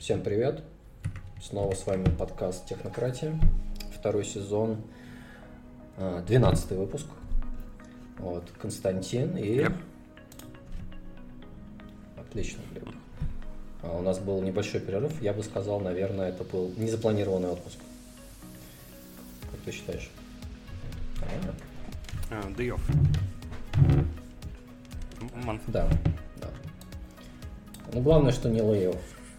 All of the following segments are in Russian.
Всем привет! Снова с вами подкаст «Технократия». Второй сезон, 12-й выпуск. Вот, Константин и... Глеб. Отлично, Глеб. У нас был небольшой перерыв. Я бы сказал, наверное, это был незапланированный отпуск. Как ты считаешь? Day off. Да. Ну, главное, что не lay-off.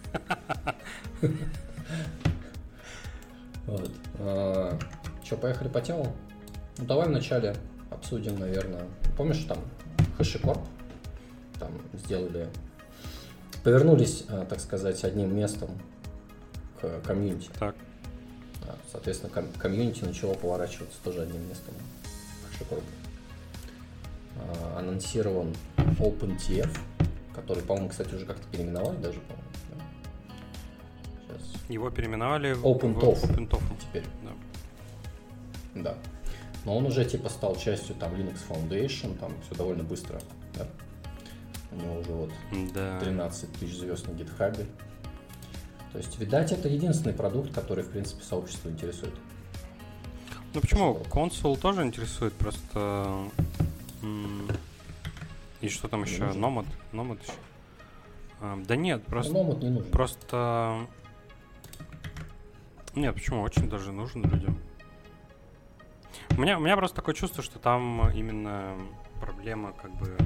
Вот. Че, поехали по темам? Ну, давай вначале обсудим, наверное. Помнишь, там HashiCorp там сделали, повернулись, так сказать, одним местом к комьюнити. Так. Да, соответственно, комьюнити начало поворачиваться тоже одним местом к HashiCorp. Анонсирован OpenTF, который, по-моему, кстати, уже как-то переименовали даже, по-моему. Да? Сейчас. Его переименовали OpenTOF. в OpenTOF. Теперь. Да. Да. Но он уже типа стал частью там Linux Foundation, там все довольно быстро. Да? У него уже вот 13 тысяч звезд на GitHub. То есть, видать, это единственный продукт, который, в принципе, сообщество интересует. Ну почему? Консул тоже интересует, просто... И что там еще? Nomad еще? Да нет, просто... Nomad не нужен. Просто... Нет, почему? Очень даже нужен людям. У меня просто такое чувство, что там именно проблема как бы...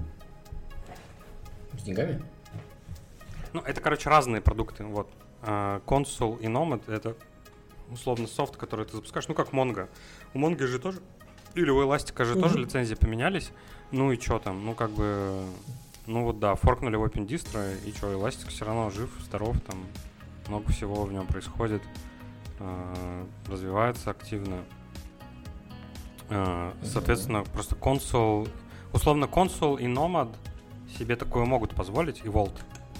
С деньгами? Ну, это, короче, разные продукты. Вот. Consul и Nomad — это условно софт, который ты запускаешь. Ну, как Mongo. У Mongo же тоже... Или у Elastic же тоже лицензии поменялись. Ну и что там? Ну, как бы... Ну вот да, форкнули в OpenDistro, и что, Elastic все равно жив, здоров, там много всего в нем происходит, развивается активно. Соответственно, просто Consul, условно Consul и Nomad себе такое могут позволить, и Vault,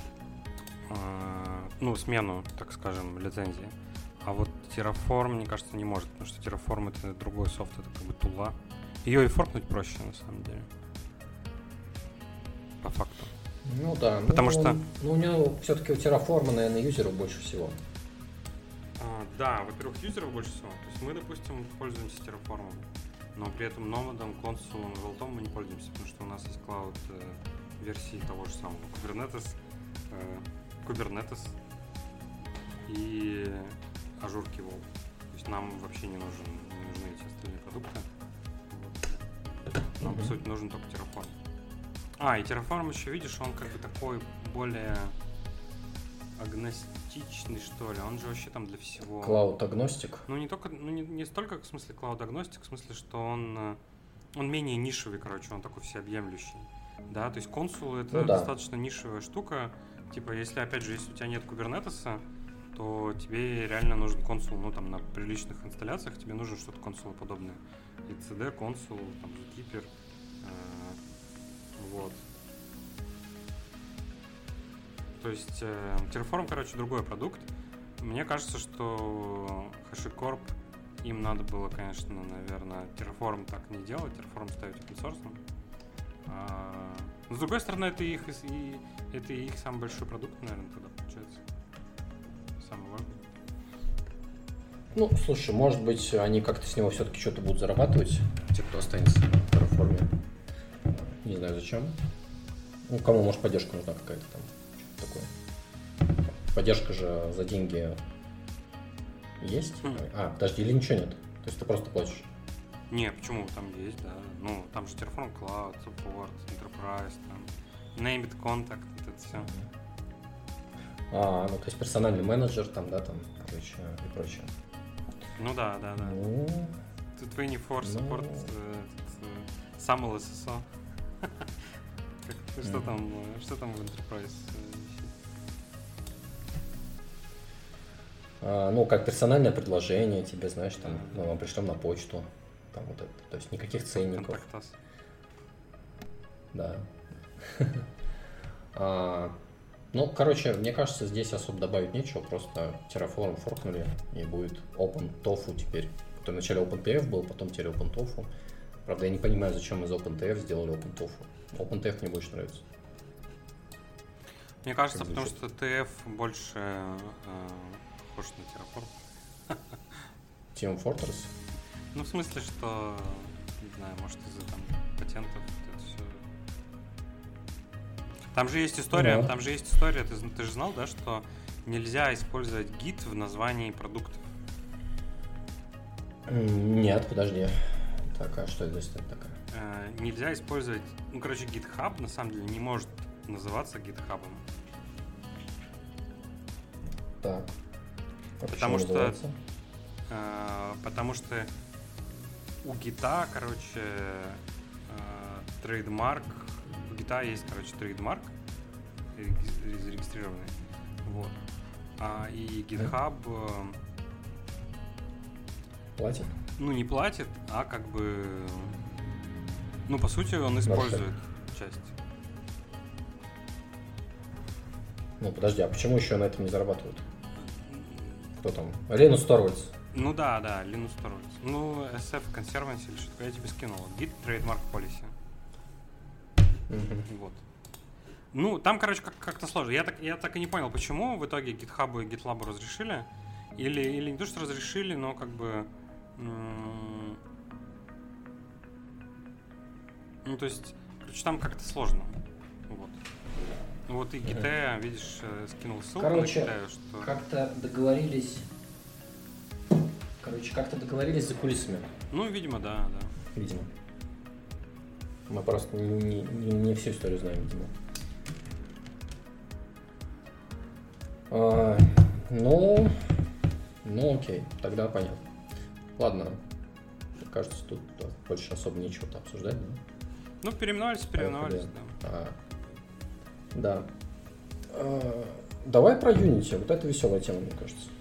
ну, смену, так скажем, лицензии. А вот Terraform, мне кажется, не может, потому что Terraform — это другой софт, это как бы тула. Ее и форкнуть проще, на самом деле. По факту. Ну да. Потому что... Ну, у него все-таки у Terraform, наверное, юзеров больше всего. Да, во-первых, юзеров больше всего. То есть мы, допустим, пользуемся Terraform, но при этом Nomad, Consul и Vault мы не пользуемся, потому что у нас есть клауд версии того же самого Kubernetes и ажурки Vault. То есть нам вообще не нужны эти остальные продукты. Нам, по сути, нужен только Terraform. И Terraform еще, видишь, он как бы такой более агностичный, что ли. Он же вообще там для всего. Клауд-агностик? Ну, не только, не столько в смысле клауд-агностик, в смысле, что он менее нишевый, короче, он такой всеобъемлющий. Да, то есть Consul — это достаточно нишевая штука. Типа, если, опять же, если у тебя нет Kubernetes, то тебе реально нужен Consul, ну, там, на приличных инсталляциях тебе нужно что-то консулоподобное. И CD, Consul, там, Zookeeper, вот. То есть Terraform, короче, другой продукт. Мне кажется, что HashiCorp, им надо было, конечно, наверное, Terraform так не делать, Terraform ставить open source. Но с другой стороны, это их самый большой продукт, наверное, тогда получается. Самый важный. Ну, слушай, может быть, они как-то с него все-таки что-то будут зарабатывать, те, кто останется на Terraform. Не знаю зачем. Ну, кому, может, поддержка нужна какая-то там, что-то такое. Поддержка же за деньги есть? Подожди, или ничего нет? То есть ты просто платишь? Не, почему? Там есть, да. Ну, там же Terraform Cloud, Support, Enterprise, там, Named Contact, вот это все. Ну, то есть персональный менеджер, там, да, там, и прочее. Ну да. Ну, Тут 24 Support, SAML SSO. Что там в Enterprise? Ну, как персональное предложение тебе, знаешь, там, вам пришлем на почту, там вот это, то есть никаких ценников. Контактас. Да. Ну, короче, мне кажется, здесь особо добавить нечего, просто Terraform форкнули, и будет OpenTofu теперь. Который вначале OpenTF был, потом теперь OpenTofu. Правда, я не понимаю, зачем из OpenTF сделали OpenTofu. OpenTF мне больше нравится. Мне кажется, потому что TF больше похож на Terraform. Team Fortress? Ну, в смысле, что, не знаю, может, из-за там патентов это все. Там же есть история, ты же знал, да, что нельзя использовать гит в названии продуктов? Нет, подожди. Так, а что это за такая? Нельзя использовать... Ну, короче, GitHub на самом деле не может называться GitHub. Так. А потому что у гита, короче, трейдмарк... У гита есть, короче, трейдмарк зарегистрированный. Вот. И GitHub... Платит? Ну, не платит, а как бы... Ну, по сути, он использует часть. Ну, подожди, а почему еще на этом не зарабатывают? Кто там? Линус Торвальдс. Ну да, Линус Торвальдс. Ну, SF Conservancy или что-то, я тебе скинул. Git Trademark Policy. Вот. Ну, там, короче, как-то сложно. Я так и не понял, почему в итоге GitHub и GitLab разрешили. Или не то, что разрешили, но как бы... Ну, то есть, короче, там как-то сложно. Вот. Вот и GT, видишь, скинул ссылку на GT, что... как-то договорились за кулисами. Ну, видимо, да. Видимо. Мы просто не всю историю знаем, видимо. Ну, окей, тогда понятно. Ладно. Кажется, тут больше особо нечего-то обсуждать, да? Ну, переименовались, да. Давай про Unity. Вот это веселая тема, мне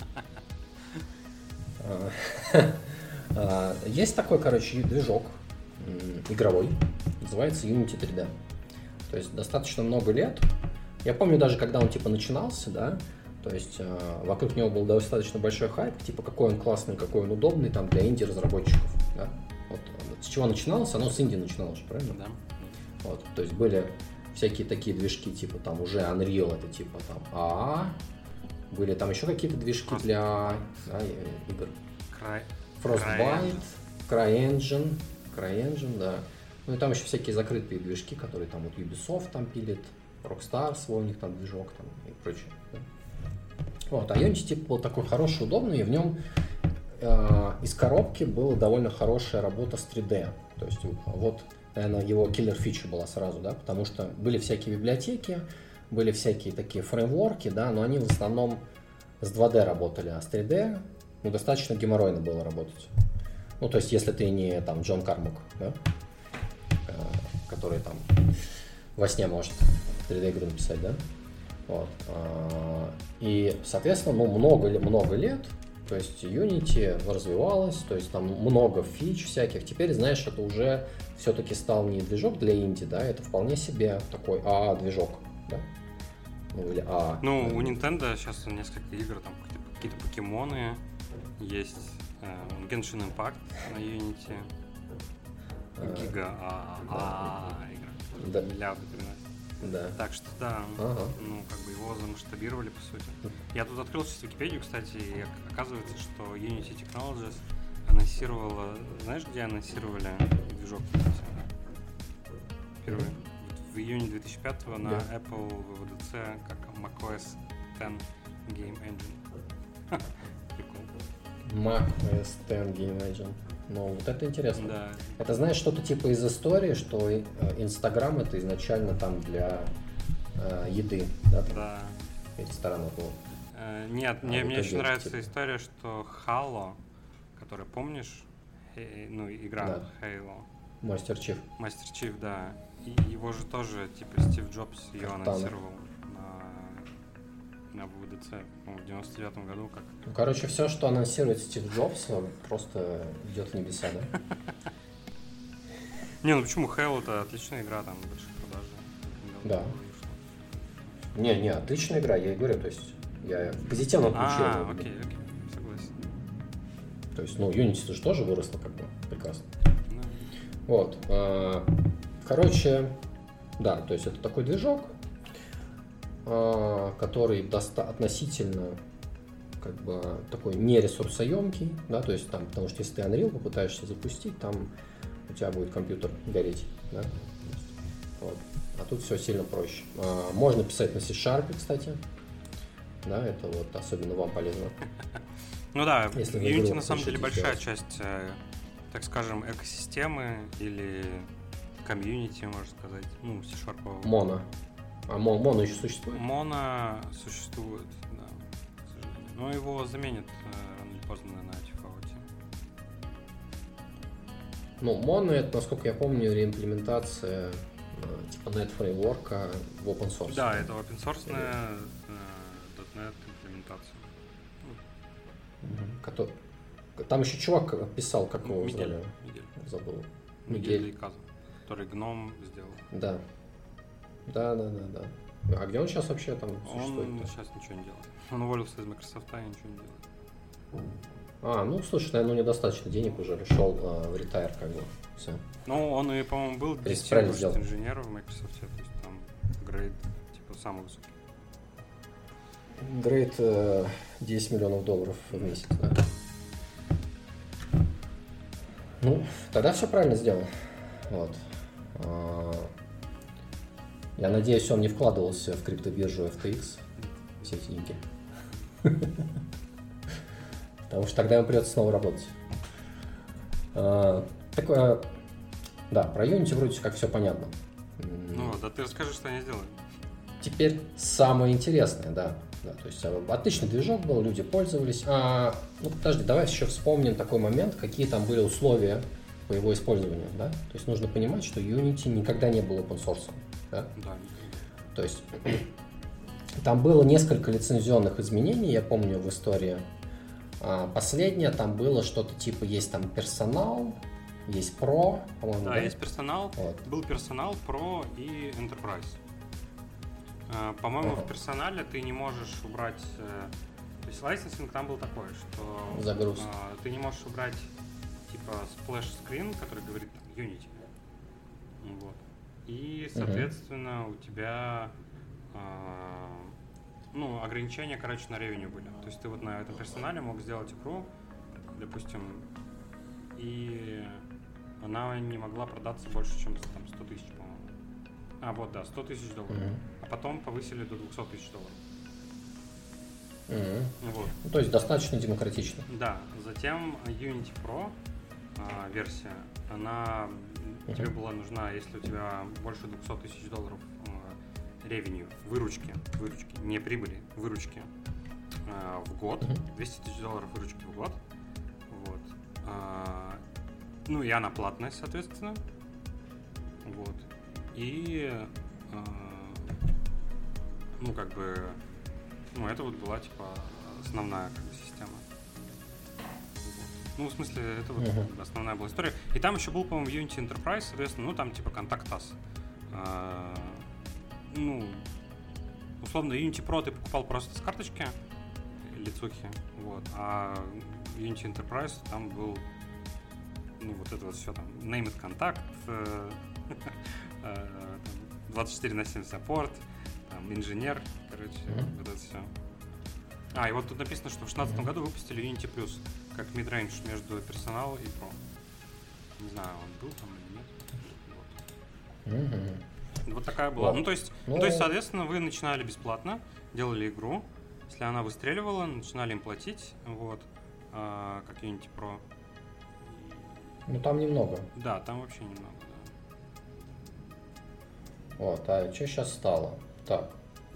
кажется. Есть такой, короче, движок игровой. Называется Unity 3D. То есть достаточно много лет. Я помню даже, когда он типа начинался, да, то есть вокруг него был достаточно большой хайп, типа какой он классный, какой он удобный там для инди-разработчиков, да. Вот с чего начиналось? Оно с инди начиналось, правильно? Да. Вот, то есть были всякие такие движки, типа там уже Unreal, это типа там были там еще какие-то движки для игр. Frostbite, CryEngine, да. Ну и там еще всякие закрытые движки, которые там вот Ubisoft там пилит, Rockstar свой у них там движок там и прочее. Да? Вот, а Unity типа был такой хороший, удобный, и в нем из коробки была довольно хорошая работа с 3D. То есть вот, наверное, его киллер фича была сразу, да, потому что были всякие библиотеки, были всякие такие фреймворки, да, но они в основном с 2D работали, а с 3D достаточно геморройно было работать. Ну, то есть, если ты не там Джон Кармак, да, который там во сне может 3D-игру написать, да, вот. И, соответственно, много лет, то есть Unity развивалась, то есть там много фич всяких. Теперь, знаешь, это уже все-таки стал не движок для инди, да, это вполне себе такой движок, да. Ну, или у Nintendo сейчас несколько игр, там какие-то покемоны есть, Genshin Impact на Unity, игра, да. Миллиарды приносит. Да. Так что да, ну как бы его замасштабировали по сути. Я тут открыл сейчас Википедию, кстати, и оказывается, что Unity Technologies анонсировала, знаешь, где анонсировали движок? Впервые. В июне 2005-го на Apple WWDC как macOS 10 Game Engine. Прикол. macOS 10 Game Engine. Ну, вот это интересно. Да. Это, знаешь, что-то типа из истории, что Инстаграм это изначально там для еды, да? Да. Ресторанов был. Нет, мне еще нравится история, что Halo, который, помнишь, игра Halo. Master Chief, да. И его же тоже, типа, Стив Джобс ее анонсировал на WWDC, в 99-м году. Как... Ну, короче, все, что анонсирует Стив Джобс, просто идет в небеса, да? Не, ну почему? Halo это отличная игра, там больших продаж. Да. Не, отличная игра, я и говорю, то есть я в позитивном ключе. Окей, согласен. То есть, Unity же тоже выросла как бы прекрасно. Вот. Короче, да, то есть это такой движок. который относительно как бы такой нересурсоемкий, да, то есть там, потому что если ты Unreal попытаешься запустить, там у тебя будет компьютер гореть, да? Вот. А тут все сильно проще. Можно писать на C#, кстати, да, это вот особенно вам полезно. Ну да, Unity на самом деле большая часть, так скажем, экосистемы или комьюнити, можно сказать, ну, C#. Моно. А Моно еще существует? Моно существует, да, к сожалению. Но его заменят рано или поздно на Tifauti. Ну, Mono — это, насколько я помню, реимплементация типа .NET-фреймворка в open source. Да, это open-source-ная .NET имплементация. Там еще чувак писал, как его звали? Забыл. Мигель Иказа, который Гном сделал. Да. Да. А где он сейчас вообще там существует? Он сейчас ничего не делает. Он уволился из Microsoft и ничего не делает. Ну, слушай, наверное, недостаточно денег уже, решил в ретайр, как бы, все. Ну, он и, по-моему, был distinguished инженер в Microsoft, то есть там грейд, типа, самый высокий. Грейд $10 миллионов в месяц, да. Ну, тогда все правильно сделал. Вот. Я надеюсь, он не вкладывался в криптобиржу FTX, все эти деньги. Потому что тогда ему придется снова работать. Такое, да, про Unity вроде как все понятно. Ну, да ты расскажи, что они сделали. Теперь самое интересное, да. То есть отличный движок был, люди пользовались. Ну, подожди, давай еще вспомним такой момент, какие там были условия по его использованию, да. То есть нужно понимать, что Unity никогда не был open source, да? Да. То есть там было несколько лицензионных изменений, я помню в истории. Последнее там было что-то типа есть там персонал, есть Pro, по-моему, да? Есть персонал, вот. Был персонал, Pro и Enterprise. По-моему, в персонале ты не можешь убрать... То есть лайсенсинг там был такой, что... Загруз. Ты не можешь убрать типа splash screen, который говорит там, Unity. Вот. И, соответственно, у тебя... Ну, ограничения, короче, на ревеню были. То есть ты вот на этом персонале мог сделать игру, допустим, и она не могла продаться больше, чем там, 100 тысяч, по-моему. Вот, да, 100 тысяч долларов. А потом повысили до 200 тысяч долларов. Вот. Ну, то есть достаточно демократично. Да. Затем Unity Pro версия, она тебе была нужна, если у тебя больше 200 тысяч долларов ревеню, выручки, не прибыли, выручки в год, 200 тысяч долларов выручки в год, вот. Ну и она платная, соответственно, вот. И ну как бы, ну это вот была типа основная как бы система. Ну, в смысле, это вот основная была история. И там еще был, по-моему, Unity Enterprise, соответственно, ну там типа Contact Us. Ну, условно, Unity Pro ты покупал просто с карточки, лицухи, вот, а Unity Enterprise там был, ну, вот это вот все там, Name it Contact, 24/7 саппорт, там, инженер, короче, вот это все. И вот тут написано, что в 2016 году выпустили Unity Plus, как mid-range между персонал и Pro. Не знаю, он был там или нет. Вот. Вот такая была. Ну, то есть, соответственно, вы начинали бесплатно, делали игру. Если она выстреливала, начинали им платить, вот, как Unity Pro. Ну, там немного. Да, там вообще немного, да. Вот, а что сейчас стало? Так.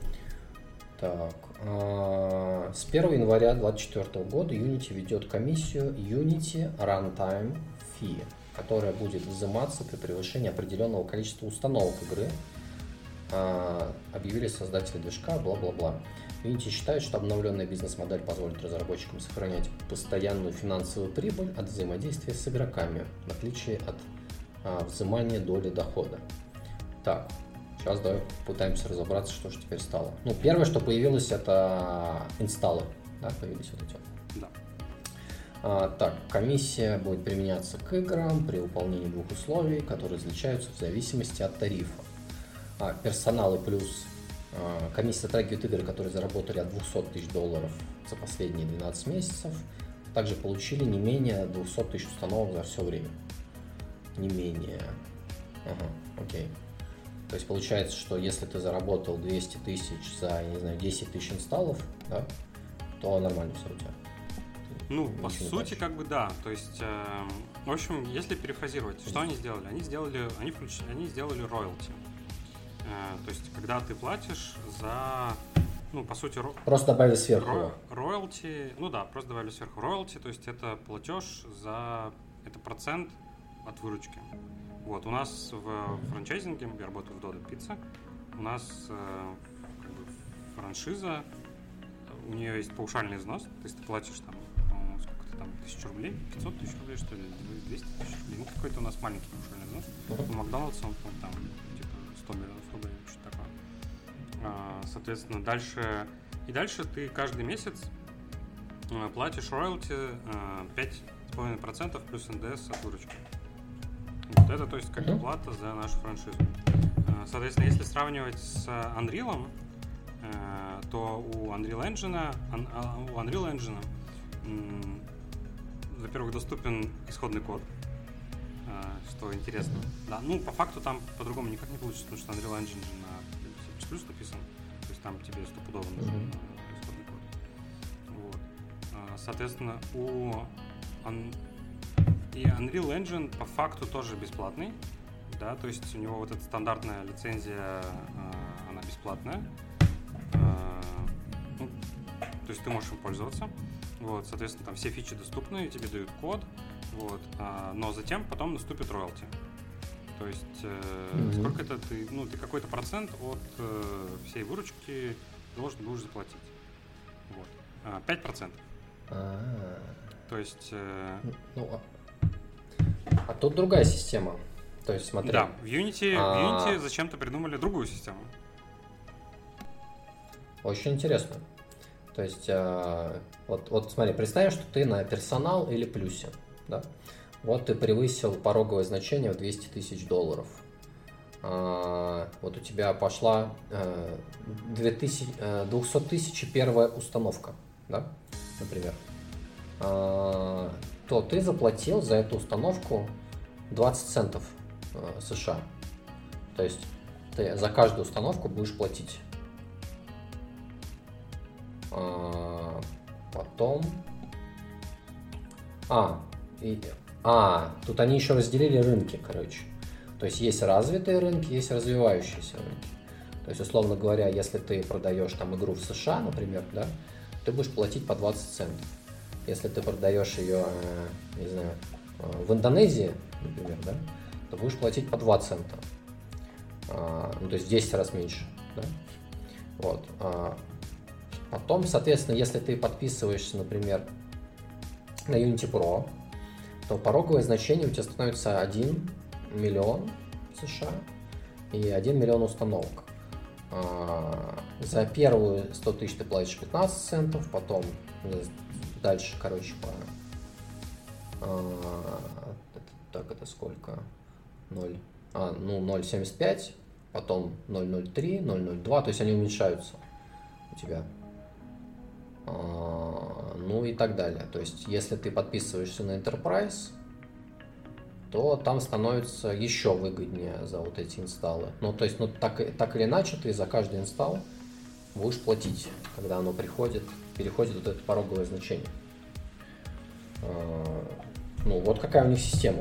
С 1 января 2024 года Unity ведет комиссию Unity Runtime Fee, которая будет взиматься при превышении определенного количества установок игры. Объявили создатели движка, бла-бла-бла. Unity считает, что обновленная бизнес-модель позволит разработчикам сохранять постоянную финансовую прибыль от взаимодействия с игроками, в отличие от взимания доли дохода. Так, сейчас давай пытаемся разобраться, что же теперь стало. Ну, первое, что появилось, это инсталлы. Да, появились вот эти. Да. Так, комиссия будет применяться к играм при выполнении двух условий, которые различаются в зависимости от тарифа. Персоналы плюс Комиссия затрагивает игры, которые заработали от $200 тысяч за последние 12 месяцев. Также получили не менее 200 тысяч установок за все время. Не менее. Ага, окей. То есть получается, что если ты заработал 200 тысяч за, я не знаю, 10 тысяч инсталлов, да, то нормально все у тебя. Ну, по сути, как бы да. То есть, в общем, если перефразировать, что они сделали? Они сделали роялти. То есть, когда ты платишь за, ну, по сути... Просто добавили сверху. Роялти, ну да, просто добавили сверху роялти, то есть это платеж за... Это процент от выручки. Вот, у нас в франчайзинге, я работаю в Dodo Pizza, у нас как бы франшиза, у нее есть паушальный взнос, то есть ты платишь там, по-моему, сколько-то там, 1000 рублей, 500 тысяч рублей, что ли, 200 тысяч рублей, ну какой-то у нас маленький паушальный взнос. У Макдональдса он там типа 100 миллионов рублей, что-то такое. Соответственно, дальше ты каждый месяц платишь роялти 5,5% плюс НДС от выручки. Вот это, то есть, как плата за нашу франшизу. Соответственно, если сравнивать с Unreal, то у Unreal Engine, во-первых, доступен исходный код, что интересно. Да, ну, по факту там по-другому никак не получится, потому что Unreal Engine на C++ написан, то есть там тебе стопудово нужен исходный код. Вот. Соответственно, и Unreal Engine по факту тоже бесплатный, да, то есть у него вот эта стандартная лицензия, она бесплатная, ну, то есть ты можешь им пользоваться, вот, соответственно, там все фичи доступны, тебе дают код, вот, но затем потом наступит роялти, то есть сколько это ты какой-то процент от всей выручки должен будешь заплатить, вот, 5%. То есть... А тут другая система. То есть, смотри. Да, в Unity зачем-то придумали другую систему. Очень интересно. То есть, вот смотри, представим, что ты на персонал или плюсе. Да? Вот ты превысил пороговое значение в $200 тысяч. Вот у тебя пошла 200 тысяч первая установка, да? Например. То ты заплатил за эту установку 20 центов США. То есть ты за каждую установку будешь платить. Потом... тут они еще разделили рынки, короче. То есть есть развитые рынки, есть развивающиеся рынки. То есть, условно говоря, если ты продаешь там игру в США, например, да, ты будешь платить по 20 центов. Если ты продаешь ее, не знаю, в Индонезии, например, да, то будешь платить по 2 цента. Ну, то есть в 10 раз меньше. Да? Вот. Потом, соответственно, если ты подписываешься, например, на Unity Pro, то пороговое значение у тебя становится 1 миллион США и 1 миллион установок. За первую 100 тысяч ты платишь 15 центов, потом дальше, короче, так, это сколько? 0,75, потом 0,03, 0,02, то есть они уменьшаются у тебя. Ну и так далее. То есть, если ты подписываешься на Enterprise, то там становится еще выгоднее за вот эти инсталлы. Ну, то есть, так или иначе, ты за каждый инсталл будешь платить, когда оно переходит вот это пороговое значение. Ну, вот какая у них система.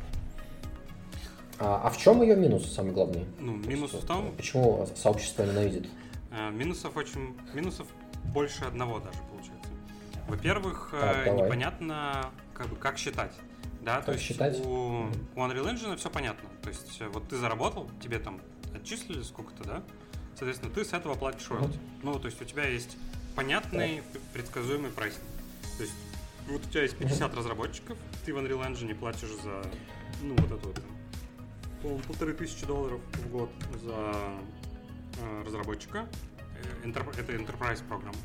А в чем ее минус, самый главный? Ну, минус в том... Почему сообщество ненавидит? Минусов больше одного даже, получается. Во-первых, непонятно, как считать. Да, то есть считать? У Unreal Engine все понятно. То есть вот ты заработал, тебе там отчислили сколько-то, да? Соответственно, ты с этого платишь роялти. Ну, то есть у тебя есть понятный, предсказуемый прайсинг. То есть вот у тебя есть 50 разработчиков, ты в Unreal Engine платишь за, ну, вот это вот, по-моему, $1500 в год за разработчика. Это Enterprise программа.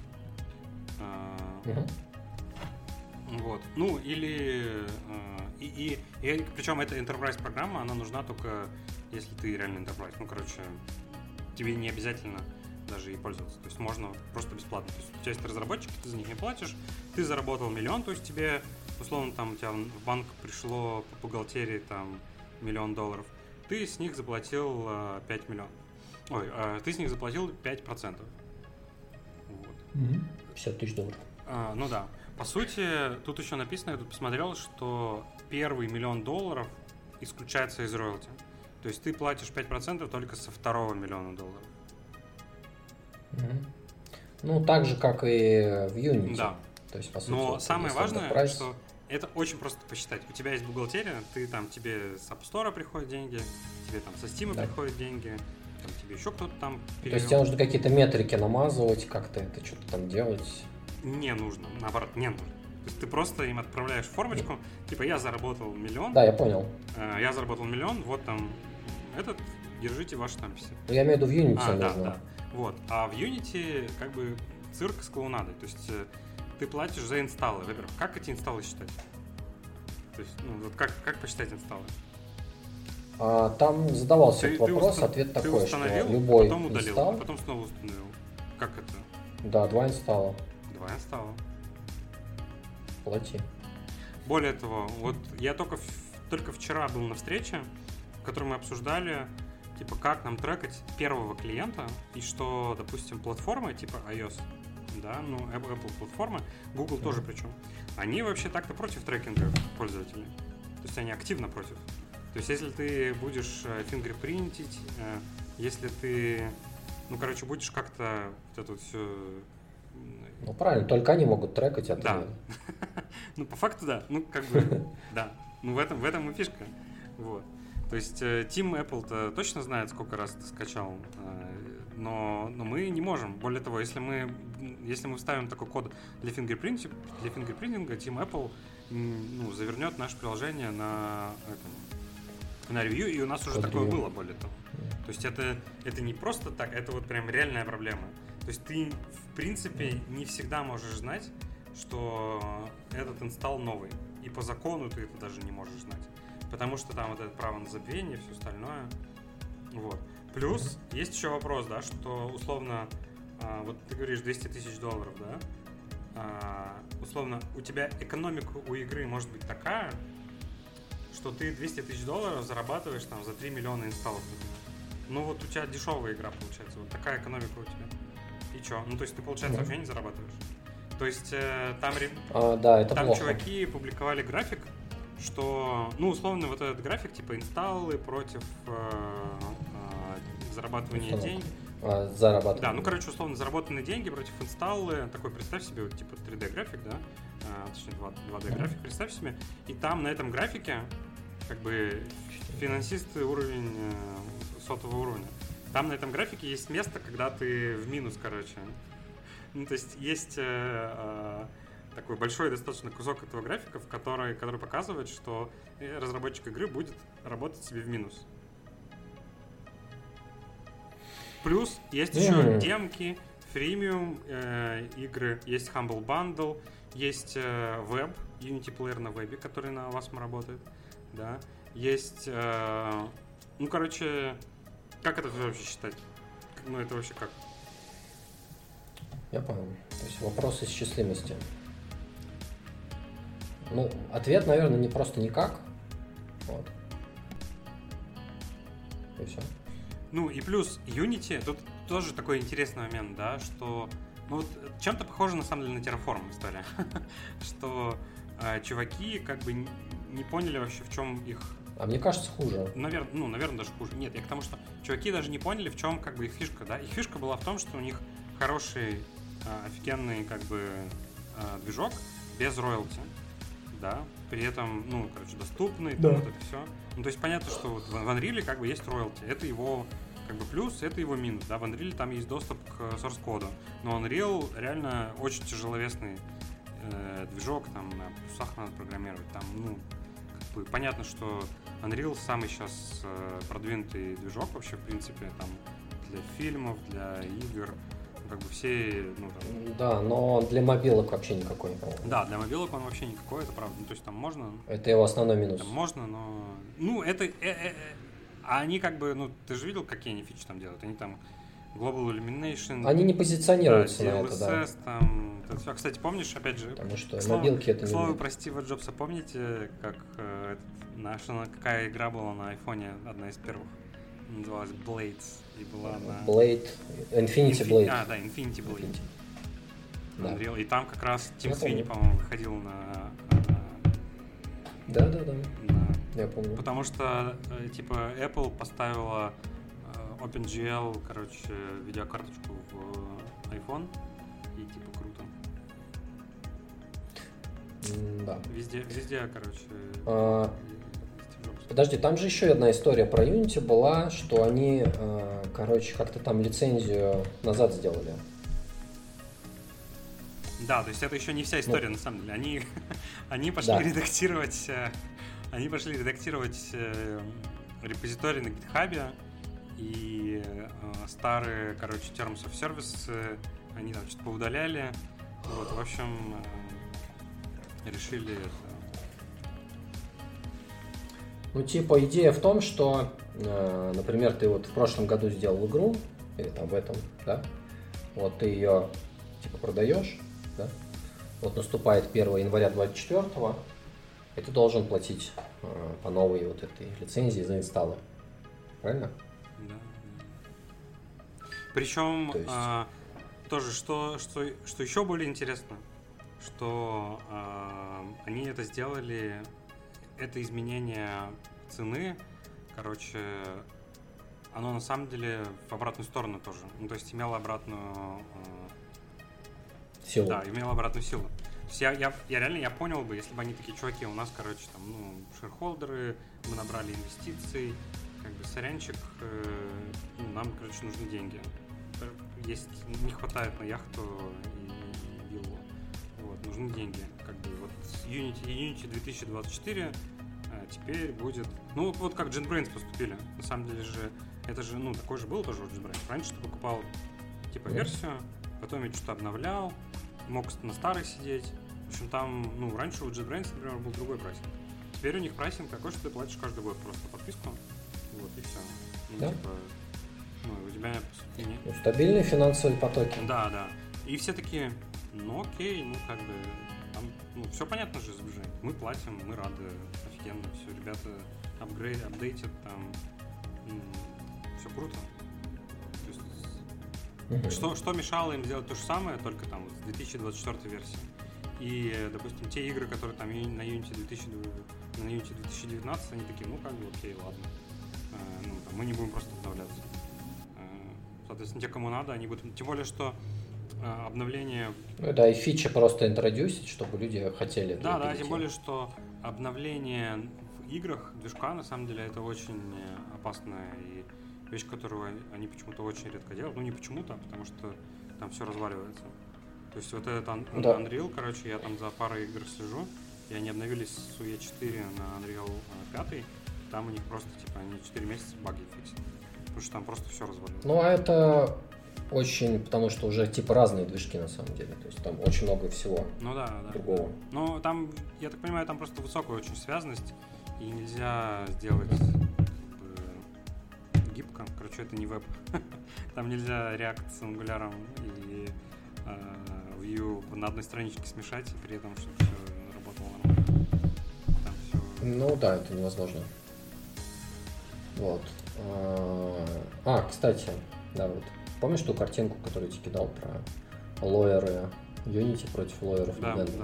Вот. Ну, или... И причем эта Enterprise программа, она нужна только если ты реально Enterprise. Ну, короче, тебе не обязательно даже и пользоваться. То есть можно просто бесплатно. То есть у тебя есть разработчики, ты за них не платишь, ты заработал миллион, то есть тебе, условно, там у тебя в банк пришло по бухгалтерии там $1 миллион, ты с них заплатил 5 миллионов. Ой, ты с них заплатил 5%. Вот. 50 тысяч долларов. Ну да. По сути, тут еще написано, я тут посмотрел, что первый $1 миллион исключается из роялти. То есть ты платишь 5% только со второго $1 миллиона. Ну, так же, как и в Unity. Да. То есть, по сути, но самое важное, что это очень просто посчитать. У тебя есть бухгалтерия, тебе с App Store приходят деньги, тебе там со Steam приходят деньги, там тебе еще кто-то там перевел. То есть тебе нужно какие-то метрики намазывать, как-то это что-то там делать? Не нужно, наоборот, не нужно. То есть ты просто им отправляешь формочку, типа я заработал $1 миллион. Да, я понял. Я заработал $1 миллион, вот там держите ваши там все. Ну, я имею в виду в Unity нужно. Да. Вот. А в Unity как бы цирк с клоунадой. То есть ты платишь за инсталлы. Во-первых, как эти инсталлы считать? То есть, вот как посчитать инсталлы? Там задавался этот вопрос, ответ такой, что любой потом удалил, инсталл... потом снова установил. Как это? Да, 2 инсталла. 2 инсталла. Плати. Более того, вот я только вчера был на встрече, в которой мы обсуждали, типа, как нам трекать первого клиента, и что, допустим, платформы типа iOS, да, Apple платформы, Google тоже причем, они вообще так-то против трекинга пользователей. То есть они активно против. То есть если ты будешь фингерпринтить, если ты, будешь как-то вот это вот все... Ну, правильно, только они могут трекать, а ты... Да. По факту, да. Да. В этом и фишка. Вот. То есть Team Apple-то точно знает, сколько раз ты скачал, но мы не можем. Более того, если мы вставим такой код для фингерпринтинга, Team Apple завернет наше приложение на ревью, и у нас уже такое было, более того. То есть это не просто так, это вот прям реальная проблема. То есть ты, в принципе, не всегда можешь знать, что этот инсталл новый. И по закону ты это даже не можешь знать. Потому что там вот это право на забвение и все остальное. Вот. Плюс есть еще вопрос, да, что условно, вот ты говоришь $200 тысяч, да, условно, у тебя экономика у игры может быть такая, что ты $200 тысяч зарабатываешь там за 3 миллиона инсталлов. Ну вот у тебя дешевая игра получается, вот такая экономика у тебя. И что? То есть ты, получается, вообще не зарабатываешь. То есть там плохо. Чуваки публиковали график, что, условно, вот этот график, типа инсталлы против зарабатывания денег. Зарабатывание. Да, условно, заработанные деньги против инсталлы. Такой, представь себе, вот, типа 3D-график, да, точнее 2D-график, представь себе. И там на этом графике, как бы, финансисты уровень сотого уровня. Там на этом графике есть место, когда ты в минус, короче. То есть есть такой большой достаточно кусок этого графика, который показывает, что разработчик игры будет работать себе в минус. Плюс есть еще демки, фримиум игры, есть Humble Bundle, есть веб, Unity Player на вебе, который на вас работает, да. Есть, как это вообще считать? Это вообще как? Я понял. То есть вопрос исчислимости. Ответ, наверное, не просто никак. Вот. И все. И плюс Unity, тут тоже такой интересный момент, да, что чем-то похоже на самом деле на Terraform история. Что чуваки как бы не поняли вообще, в чем их... А мне кажется, хуже. Наверное, даже хуже. Нет, я к тому, что чуваки даже не поняли, в чем как бы их фишка, да. Их фишка была в том, что у них хороший, офигенный как бы движок без роялти, да. При этом, доступный, да. Вот это все. То есть понятно, что вот в Unreal как бы есть роялти. Это его как бы плюс, это его минус, да. В Unreal там есть доступ к source коду, но Unreal реально очень тяжеловесный движок, там на плюсах надо программировать, там, как бы понятно, что Unreal самый сейчас продвинутый движок вообще, в принципе, там для фильмов, для игр, как бы все, Да, но для мобилок вообще никакой. Да, для мобилок он вообще никакой, это правда. То есть там можно... Это его основной минус. Там можно, но... это... А они как бы, ты же видел, какие они фичи там делают? Они там Global Illumination. Они не позиционируются да, на это, да. Там, это все. Кстати, помнишь, опять же... Потому что мобилки это не... К слову, про Стива Джобса, помните, как какая игра была на айфоне, одна из первых? Называлась Blades. И была на... Blade, Infinity Blade. Да, Infinity Blade. Да. Unreal. И там как раз Тим Свини, по-моему, выходил на... Да. Я помню. Потому что, типа, Apple поставила OpenGL, видеокарточку в iPhone, и, типа, круто. Да. Везде, Подожди, там же еще одна история про Unity была, что они, как-то там лицензию назад сделали. Да, то есть это еще не вся история, на самом деле. Они пошли редактировать... Они пошли редактировать репозиторий на GitHub, и старые, Terms of Service они там что-то поудаляли. Вот, в общем, решили это... идея в том, что, например, ты вот в прошлом году сделал игру, или там в этом, да, вот ты ее, продаешь, да, вот наступает 1 января 24-го, и ты должен платить по новой вот этой лицензии за инсталлы. Правильно? Да. Причем, есть... тоже, что еще более интересно, что они это сделали, это изменение цены, оно на самом деле в обратную сторону тоже. Ну, то есть имело обратную силу. Да, имело обратную силу. Я реально понял бы, если бы они такие, чуваки, у нас, шерхолдеры, мы набрали инвестиций, сорянчик, нам, нужны деньги. Не хватает на яхту и виллу. Вот, нужны деньги. Вот Unity 2024 теперь будет... Ну, вот как JetBrains поступили. На самом деле же, это же, такой же был тоже у JetBrains. Раньше ты покупал, версию, потом я что-то обновлял, мог на старой сидеть. В общем, там, раньше у JetBrains, например, был другой прайсинг. Теперь у них прайсинг такой, что ты платишь каждый год просто подписку. Вот, и все. Да? У тебя... стабильные финансовые потоки. Да. И все такие, окей, там, все понятно же, мы платим, мы рады, офигенно, все, ребята апдейтят, там, все круто. Что мешало им сделать то же самое, только там с 2024 версии. И, допустим, те игры, которые там на Unity 2019, они такие, окей, ладно. Мы не будем просто обновляться. Соответственно, те, кому надо, они будут... Тем более, что обновление... Да, и фича просто интродюсить, чтобы люди хотели. Да, тем более, что обновление в играх движка, на самом деле, это очень опасная и вещь, которую они почему-то очень редко делают. Не почему-то, а потому что там все разваливается. То есть вот этот Unreal, я там за парой игр слежу, и они обновились с UE4 на Unreal 5, там у них просто, они 4 месяца баги фиксят. Потому что там просто все развалилось. А это очень, потому что уже разные движки на самом деле. То есть там очень много всего другого. Но там, я так понимаю, там просто высокая очень связанность, и нельзя сделать гибко. Это не веб. Там нельзя React с Angular и Vue на одной страничке смешать, и при этом, чтобы все работало нормально. Там все... Да, это невозможно. Вот. Кстати, да, вот. Помнишь ту картинку, которую я тебе кидал про лоеры Unity против лоеров Nintendo?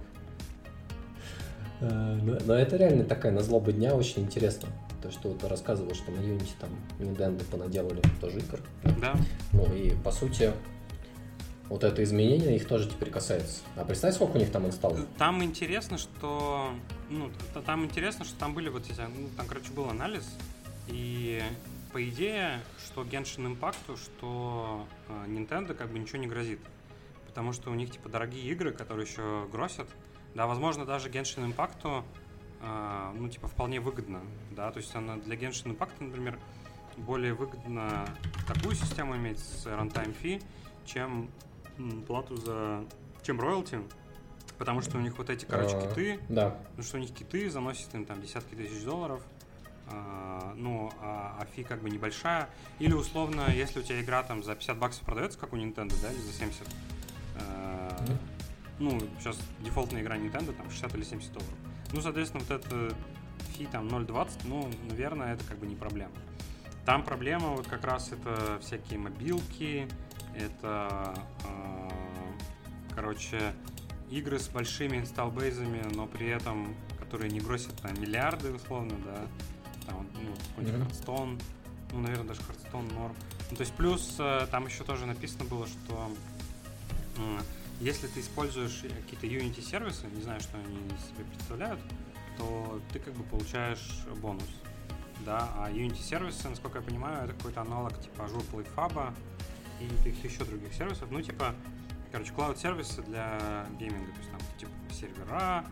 Да. Но это реально такая на злобу дня очень интересно. То, что вот ты рассказывал, что на Unity там Nintendo понаделали тоже игр. Да. И по сути вот это изменение их тоже теперь касается. А представь, сколько у них там инсталлов? Там интересно, что там были вот эти, там, был анализ, и по идее, что Genshin Impact, что Nintendo ничего не грозит. Потому что у них дорогие игры, которые еще грозят. Да, возможно, даже Genshin Impact вполне выгодно. Да, то есть она для Genshin Impact, например, более выгодно такую систему иметь с runtime fee, чем плату чем роялти, потому что у них вот эти, киты, да. потому что у них киты заносят им там десятки тысяч долларов, а фи как бы небольшая. Или условно, если у тебя игра там за $50 продается, как у Nintendo, да, или за 70. Сейчас дефолтная игра Nintendo там 60 или $70. Соответственно, вот это фи там 0.20, наверное, это как бы не проблема. Там проблема вот как раз это всякие мобилки, это, игры с большими инсталлбейзами, но при этом, которые не грозят на миллиарды, условно, да, там, какой-нибудь Hearthstone, наверное, даже Hearthstone норм. То есть плюс там еще тоже написано было, что если ты используешь какие-то Unity сервисы, не знаю, что они себе представляют, то ты как бы получаешь бонус. Да, а Unity сервисы, насколько я понимаю, это какой-то аналог типа Azure PlayFab и каких-то еще других сервисов. Клауд-сервисы для гейминга, то есть там типа сервера,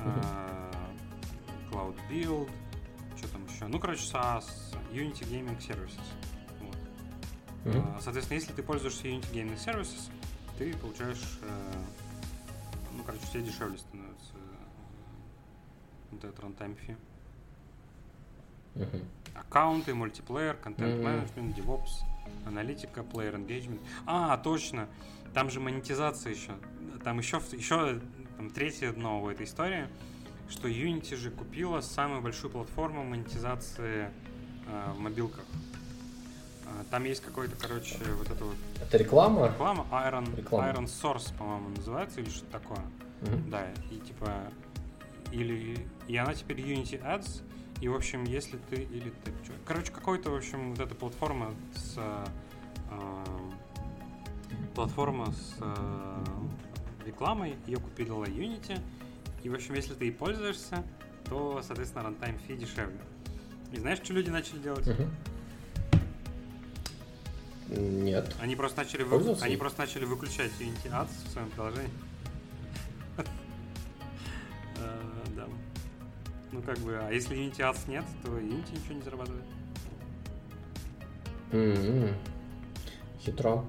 Cloud Build, что там еще. SaaS, Unity Gaming Services. Вот. Соответственно, если ты пользуешься Unity Gaming Services, ты получаешь, тебе дешевле становится вот этот runtime fee. Аккаунты, мультиплеер, контент-менеджмент, DevOps, аналитика, player engagement. Точно! Там же монетизация еще. Там еще третье дно в этой истории, что Unity же купила самую большую платформу монетизации в мобилках. Там есть какой-то, вот это вот... Это реклама? Реклама Iron Source, по-моему, называется, или что-то такое. Да, и и она теперь Unity Ads, и, в общем, если ты... какой-то, в общем, вот эта платформа с рекламой, ее купила Unity, и, в общем, если ты ей пользуешься, то, соответственно, runtime fee дешевле. И знаешь, что люди начали делать? Нет. Они просто начали выключать Unity Ads в своем приложении. Да. А если Unity Ads нет, то Unity ничего не зарабатывает. Хитро.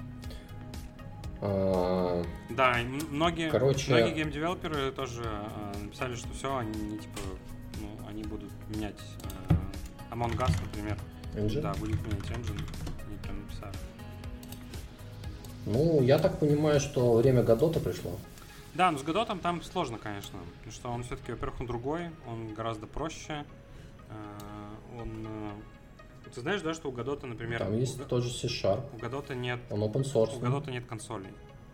Да, многие гейм-девелоперы тоже написали, что все, они они будут менять Among Us, например. Engine? Да, будет менять engine. Они прям написали. Я так понимаю, что время Godot пришло. Да, но с Godot там сложно, конечно. Потому что он все-таки, во-первых, он другой, он гораздо проще. Ты знаешь, да, что у Godot, например... Там есть тот же C-Sharp. У Godot нет... Он open source. У Godot нет консолей.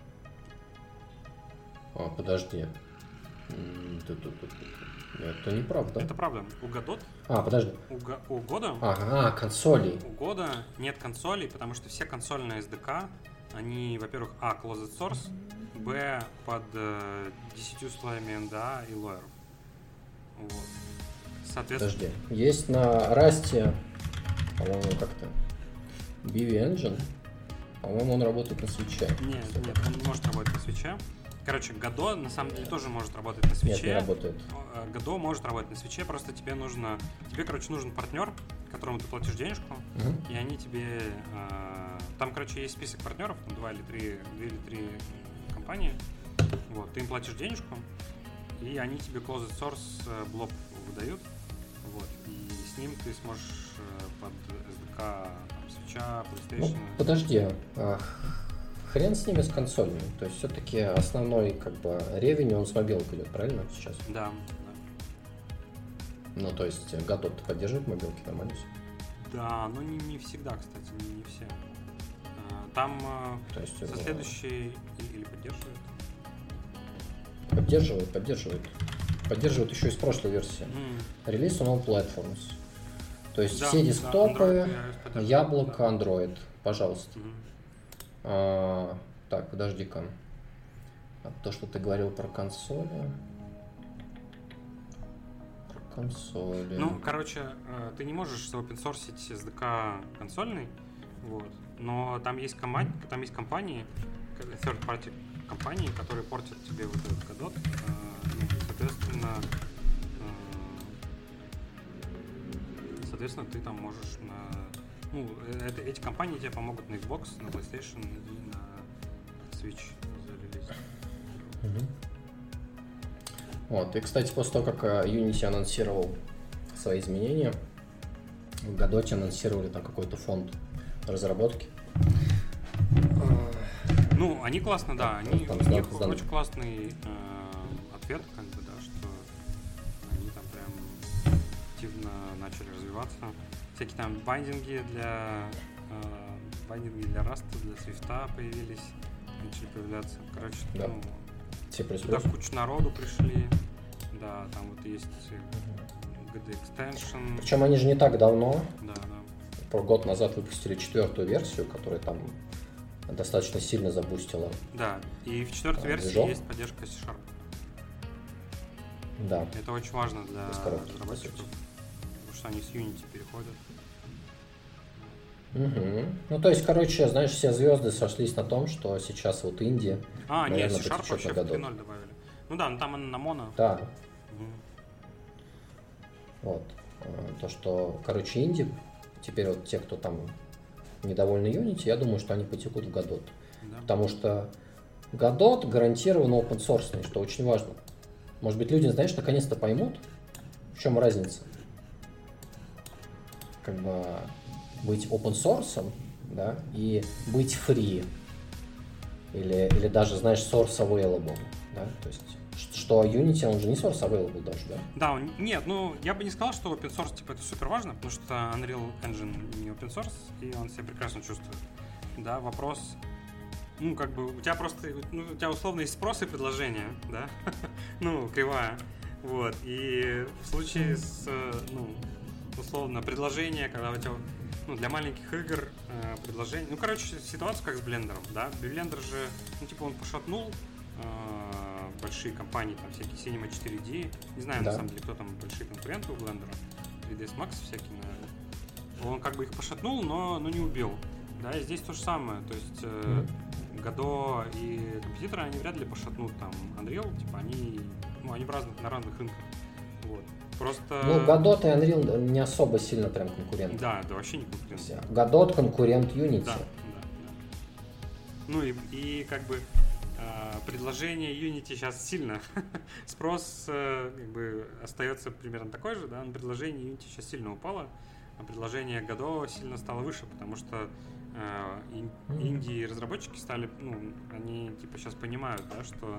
Подожди. Нет, это неправда. Это правда. У Godot... подожди. У Godot... консолей. У Godot нет консолей, потому что все консольные SDK, они, во-первых, closed source, б, под 10 слоями NDA и лоеров. Вот. Соответственно... Подожди. Есть на Rust, по-моему, как-то BV Engine. По-моему, он работает на свитче. Нет, он не может работать на свитче. Godot на самом деле тоже может работать на свитче. Нет, не работает. Godot может работать на свитче, просто тебе нужен партнер, которому ты платишь денежку, и они тебе... Там, есть список партнеров, там 2 или 3 компании. Вот, ты им платишь денежку, и они тебе closed source блок выдают. Вот, и с ним ты сможешь под SDK свитча, PlayStation... подожди. Хрен с ними, с консолями. То есть все-таки основной ревеню он с мобилок идет, правильно сейчас? Да. То есть Godot поддерживает мобилки нормально? Да, но не всегда, кстати, не все. Там со следующей или поддерживает? Поддерживает еще из прошлой версии. Release on all platforms. То есть все десктопы, Яблоко, Android. Пожалуйста. Так, подожди-ка. То, что ты говорил про консоли. Ты не можешь заопенсорсить SDK консольный, вот, но там есть компании, third-party компании, которые портят тебе вот этот Godot, соответственно, ты там можешь эти компании тебе помогут на Xbox, на PlayStation и на Switch зарелизить. Вот, и, кстати, после того, как Unity анонсировал свои изменения, в Godot анонсировали там какой-то фонд разработки. Ну, они классно, да, у них очень классный ответ, как бы, да, что они там прям активно начали развиваться. Всякие там байдинги для Rust, для Swift появились, начали появляться. Короче, да. туда куча народу пришли, да, там вот есть GD Extension. Причем они же не так давно, да. год назад выпустили 4-ю версию, которая там достаточно сильно забустила. Да, и в 4-й версии есть поддержка C-Sharp. Да. Это очень важно для разработчиков, потому что они с Unity переходят. Угу. Ну, то есть, короче, знаешь, все звезды сошлись на том, что сейчас вот Инди, наверное, нет, C-Sharp вообще в 3.0 добавили. Ну да, но там она на моно. Да. Вот. То, что, короче, Инди, теперь вот те, кто там недовольны Unity, я думаю, что они потекут в Godot. Да. Потому что Godot гарантированно open source, что очень важно. Может быть, люди, знаешь, наконец-то поймут, в чем разница. Как бы быть open source, да, и быть free. Или даже, знаешь, source available. Да? То есть, что Unity, он же не source available даже, да? Да, нет, ну, я бы не сказал, что open source, типа, это супер важно, потому что Unreal Engine не open source, и он себя прекрасно чувствует. Да, вопрос, ну, как бы, у тебя просто, у тебя условно есть спрос и предложение, да? Ну, кривая. Вот, и в случае с, условно, предложение, когда у тебя, для маленьких игр предложение, короче, ситуация как с блендером, да? Блендер же, он пошатнул большие компании, там всякие Cinema 4D, не знаю, на самом деле, кто там большие конкуренты у блендера, 3ds Max всякие, наверное. Он как бы их пошатнул, но не убил. Да, и здесь то же самое, то есть Godot и компетиторы, они вряд ли пошатнут там Unreal, типа они на разных рынках. Вот. Просто... Godot и Unreal не особо сильно прям конкуренты. Да, вообще не конкуренты. Godot конкурент Unity. Да. Ну и как бы предложение Unity сейчас сильно. Спрос как бы остается примерно такой же, да, но предложение Unity сейчас сильно упало, а предложение Godot сильно стало выше, потому что инди-разработчики стали, они типа сейчас понимают, да, что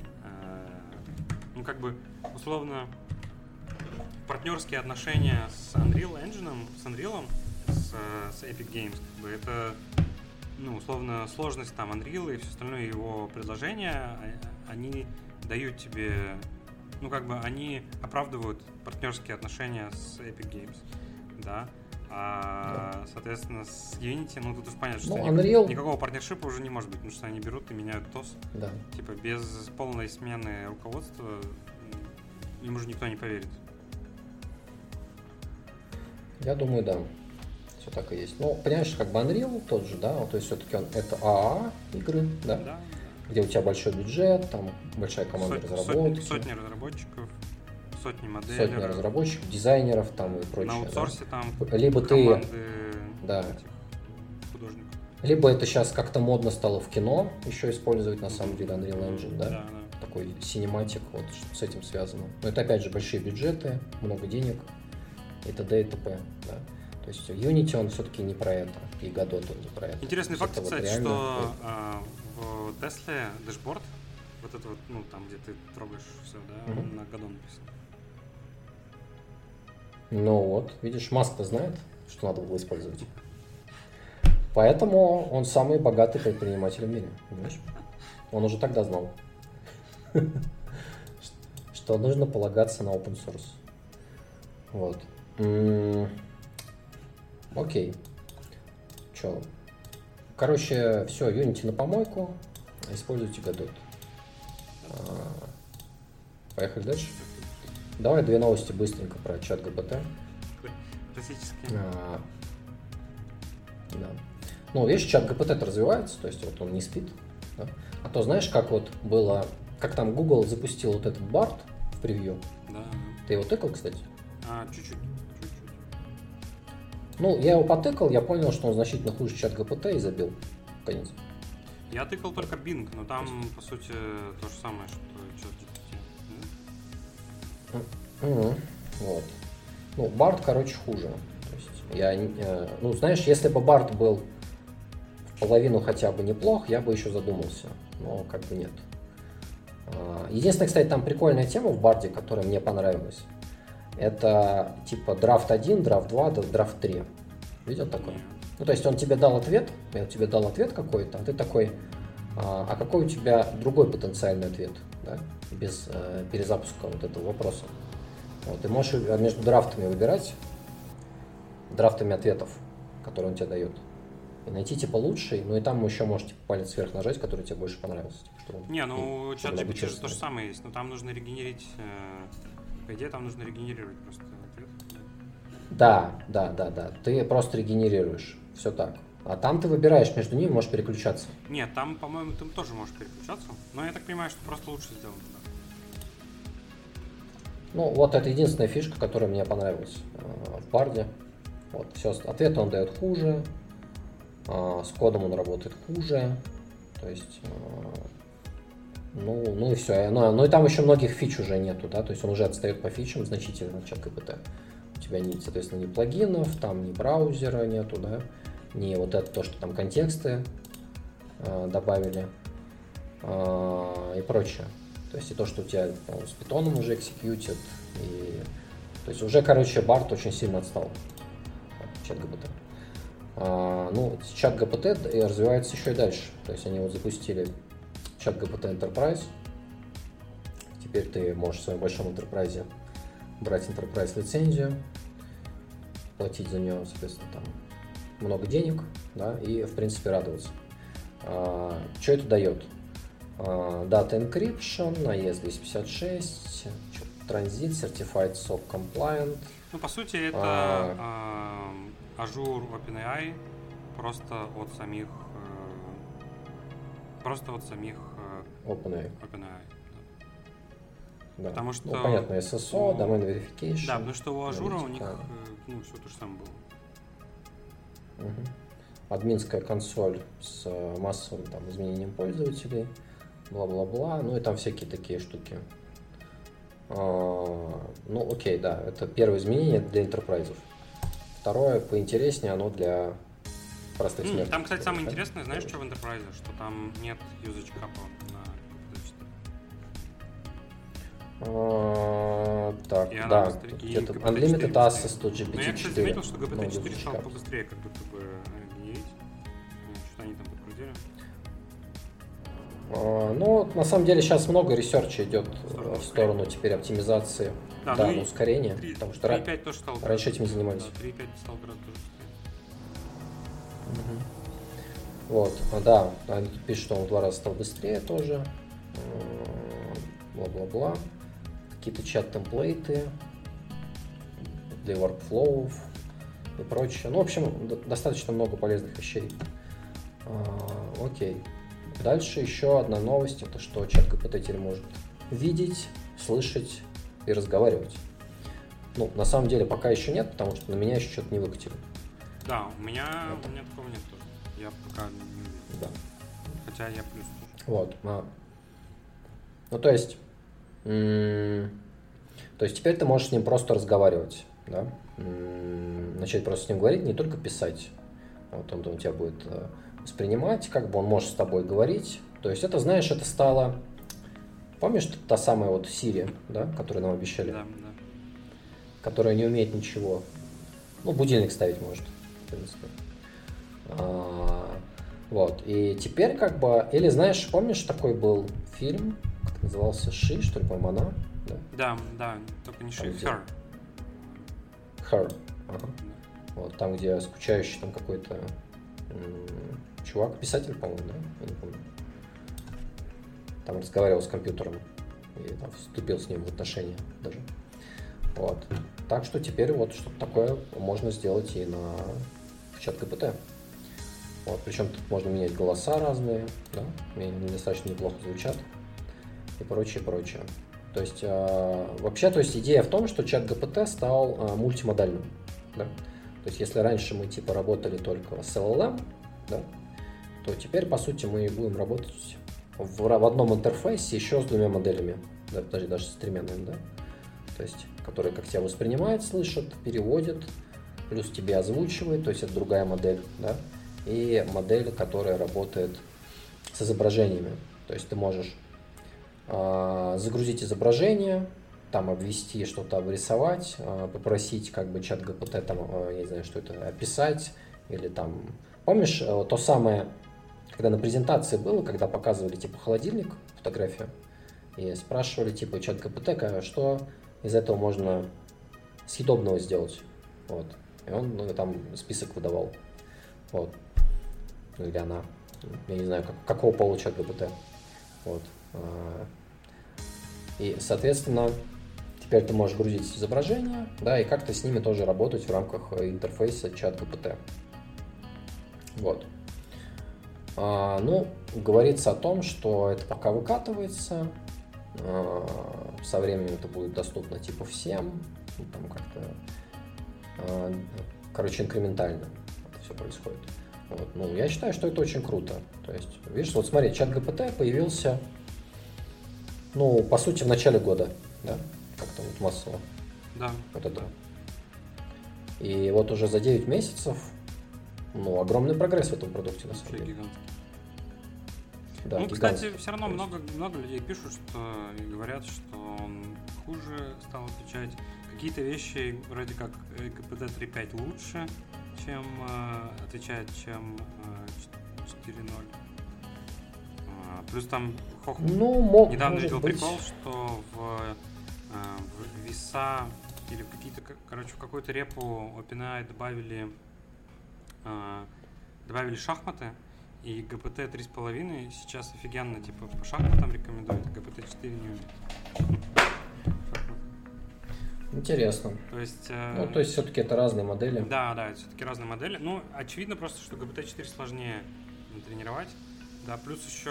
как бы условно партнерские отношения с Unreal Engine, с Unreal, с Epic Games, как бы это условно, сложность там Unreal и все остальное его предложения, они дают тебе, они оправдывают партнерские отношения с Epic Games, да, соответственно, с Unity, тут уж понятно, что Unreal... никакого партнершипа уже не может быть, потому что они берут и меняют TOS, да. Типа, без полной смены руководства им уже никто не поверит. Я думаю, да. Все так и есть. Понимаешь, как бы Unreal тот же, да, то есть все-таки это ААА игры, да? Где у тебя большой бюджет, там большая команда разработки. Сотни разработчиков, сотни моделей. Сотни разработчиков, дизайнеров там и прочее. На аутсорсе да? там либо команды художников. Либо это сейчас как-то модно стало в кино еще использовать, на самом деле, Unreal Engine, да? Такой синематик, вот с этим связано. Но это опять же большие бюджеты, много денег и т.д. и т.п. Да? То есть Unity он все-таки не про это, и Godot он не про это. Интересный факт, кстати, что в Tesla дэшборд, вот это вот, там, где ты трогаешь все, да, он на Godot написан. Видишь, Маск-то знает, что надо было использовать. Поэтому он самый богатый предприниматель в мире, понимаешь? Он уже тогда знал, что нужно полагаться на open source. Вот. Окей. Че? Короче, все, Unity на помойку. Используйте Godot. Поехали дальше. Давай 2 новости быстренько про чат GPT. Классические. Да. Видишь, чат GPT развивается, то есть вот он не спит. Да? А то знаешь, как вот было, как там Google запустил вот этот Bard в превью. Да. Ты его тыкал, кстати? Чуть-чуть. Я его потыкал, я понял, что он значительно хуже чат GPT и забил. Конец. Я тыкал только Bing, но там, по сути, то же самое, что чат GPT. Вот. Bard, короче, хуже. То есть ну, знаешь, если бы Bard был в половину хотя бы неплох, я бы еще задумался, но как бы нет. Единственное, кстати, там прикольная тема в Барде, которая мне понравилась. Это типа драфт 1, драфт 2, драфт 3. Видел такое? Ну, то есть он тебе дал ответ какой-то, а ты такой, а какой у тебя другой потенциальный ответ, да? Без перезапуска вот этого вопроса. Вот, ты можешь между драфтами выбирать, драфтами ответов, которые он тебе дает. И найти типа лучший, ну и там еще можешь типа, палец вверх нажать, который тебе больше понравился. Типа, чтобы, у ChatGPT же то же самое есть, но там нужно регенерить, по идее там нужно регенерировать просто ответ. Да. Ты просто регенерируешь, все так. А там ты выбираешь между ними, можешь переключаться. Нет, там, по-моему, ты тоже можешь переключаться, но я так понимаю, что просто лучше сделано. Ну, вот это единственная фишка, которая мне понравилась в Барде. Вот, все, ответы он дает хуже, с кодом он работает хуже, то есть, ну и все. Ну и там еще многих фич уже нету, да, то есть он уже отстает по фичам значительно от ChatGPT. У тебя, соответственно, ни плагинов, там ни браузера нету, да, ни вот это то, что там контексты добавили и прочее. То есть и то, что у тебя с питоном уже экзекьютит, и то есть уже, короче, Bard очень сильно отстал от ChatGPT. Ну, ChatGPT развивается еще и дальше. То есть они вот запустили ChatGPT Enterprise. Теперь ты можешь в своем большом Enterprise брать Enterprise лицензию, платить за нее, соответственно, там много денег, да, и, в принципе, радоваться. Что это дает? Data Encryption, AES-256, Transit, Certified SOC Compliant. Ну, по сути, это Azure OpenAI просто от самих OpenAI. Да. Потому что... Ну, понятно, SSO, Domain Verification. Да, потому что у Azure у них все то же самое было. Угу. Админская консоль с массовым там изменением пользователей, бла-бла-бла, ну и там всякие такие штуки. Ну, окей, да, это первое изменение для enterprise. Второе, поинтереснее, оно для простых смертных. Там, кстати, самое интересное, знаешь, что в enterprise? Что там нет usage cap на так, и да, где-то Unlimited Access to GPT-4. Но я, кстати, заметил, что GPT-4 стал побыстрее, как будто бы генерить. Что они там подкрутили? Ну, на самом деле сейчас много ресерча идет в сторону теперь оптимизации, ускорения, потому что раньше этим занимались. 3.5 стал гораздо быстрее. Вот, да, они тут пишут, что он в 2 раза стал быстрее тоже, бла-бла-бла, какие-то чат-темплейты для workflow и прочее. Ну, в общем, достаточно много полезных вещей. Окей. Дальше еще одна новость, это что ChatGPT теперь может видеть, слышать и разговаривать. Ну, на самом деле, пока еще нет, потому что на меня еще что-то не выкатили. Да, у меня такого нет тоже. Я пока не увидел. Да. Хотя я плюс. Вот. Ну, то есть теперь ты можешь с ним просто разговаривать, да? Начать просто с ним говорить, не только писать. Вот он у тебя будет воспринимать, как бы он может с тобой говорить. То есть это, знаешь, это стало... Помнишь, та самая вот Siri, да, которую нам обещали? Да. Которая не умеет ничего. Ну, будильник ставить может, в принципе. Вот. И теперь как бы... Или, знаешь, помнишь, такой был фильм, как назывался, Ши, что ли, по-моему, она? Да, только не Ши, Her. Her. Ага. Вот, там, где скучающий там какой-то чувак, писатель, по-моему, да? Я не помню. Там разговаривал с компьютером и там, вступил с ним в отношения даже. Вот. Так что теперь вот что-то такое можно сделать и на ChatGPT. Вот. Причем тут можно менять голоса разные, да? Они достаточно неплохо звучат и прочее. То есть вообще, то есть идея в том, что ChatGPT стал мультимодальным, да? То есть если раньше мы типа работали только с LLM, да, то теперь по сути мы будем работать в одном интерфейсе еще с 2 моделями, да, даже с 3, наверное, да, то есть которые как тебя воспринимают, слышат, переводят, плюс тебе озвучивает, то есть это другая модель, да, и модель, которая работает с изображениями. То есть ты можешь загрузить изображение, там обвести, что-то обрисовать, попросить как бы чат GPT там, я не знаю, что это, описать, или там, помнишь, то самое, когда на презентации было, когда показывали типа холодильник, фотографию, и спрашивали типа чат GPT, что из этого можно съедобного сделать, вот, и он там список выдавал, вот, или она, я не знаю, какого пола чат GPT, вот, и, соответственно, теперь ты можешь грузить изображения, да, и как-то с ними тоже работать в рамках интерфейса чат GPT. Вот. Ну, говорится о том, что это пока выкатывается, со временем это будет доступно типа всем, там как-то, короче, инкрементально это все происходит. Вот. Ну, я считаю, что это очень круто. То есть, видишь, вот смотри, чат GPT появился, ну, по сути, в начале года, да, как-то вот массово. Да. Вот это. И вот уже за 9 месяцев, ну, огромный прогресс в этом продукте, на самом деле. Гигантский. Да, ну, гигантский. кстати, все равно много людей пишут, что и говорят, что он хуже стал отвечать. Какие-то вещи вроде как GPT 3.5 лучше, чем отвечает, чем 4.0. Плюс там недавно видел прикол, что в веса или в какие-то, короче, в какую-то репу OpenAI добавили шахматы, и GPT 3.5 сейчас офигенно, типа, по шахматам рекомендует, GPT 4 не умеет. Интересно. То есть, то есть все-таки это разные модели. Да, это все-таки разные модели. Ну, очевидно просто, что GPT 4 сложнее тренировать. Да, плюс еще,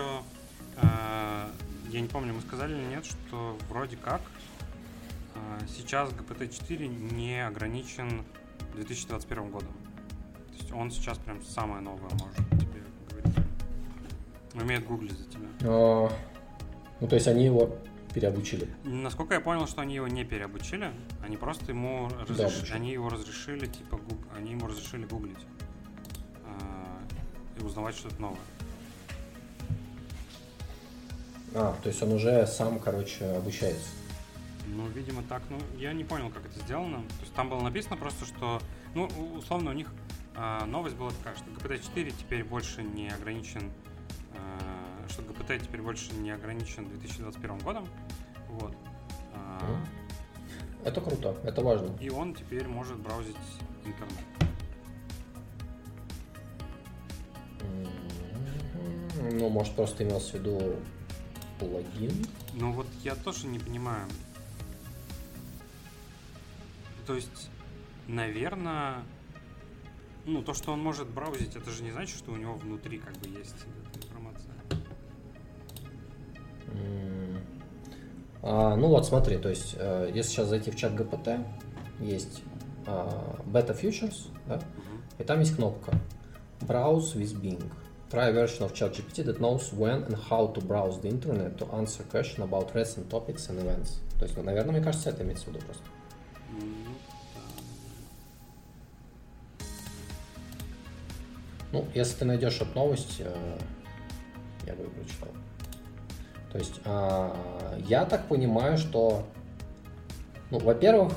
я не помню, мы сказали или нет, что вроде как сейчас GPT 4 не ограничен 2021 годом. То есть он сейчас прям самое новое может тебе говорить. Умеет гуглить за тебя. Ну, то есть они его переобучили. Насколько я понял, что они его не переобучили, они просто ему они его разрешили, типа, они ему разрешили гуглить и узнавать что-то новое. То есть он уже сам, короче, обучается. Ну, видимо, так. Ну, я не понял, как это сделано. То есть там было написано просто, что, ну, условно, у них новость была такая, что GPT-4 теперь больше не ограничен, что GPT теперь больше не ограничен 2021 годом. Вот. Это круто, это важно. И он теперь может браузить интернет. Ну, может, просто имелся в виду плагин? Ну, вот я тоже не понимаю. То есть, наверное, ну, то, что он может браузить, это же не значит, что у него внутри как бы есть эта информация. Ну вот, смотри, то есть, если сейчас зайти в чат GPT, есть Beta Futures, да? И там есть кнопка Browse with Bing. Try a version of ChatGPT that knows when and how to browse the internet to answer questions about recent topics and events. То есть, наверное, мне кажется, это имеется в виду просто. Ну, если ты найдешь эту новость, я бы ее прочитал. То есть, я так понимаю, что, ну, во-первых,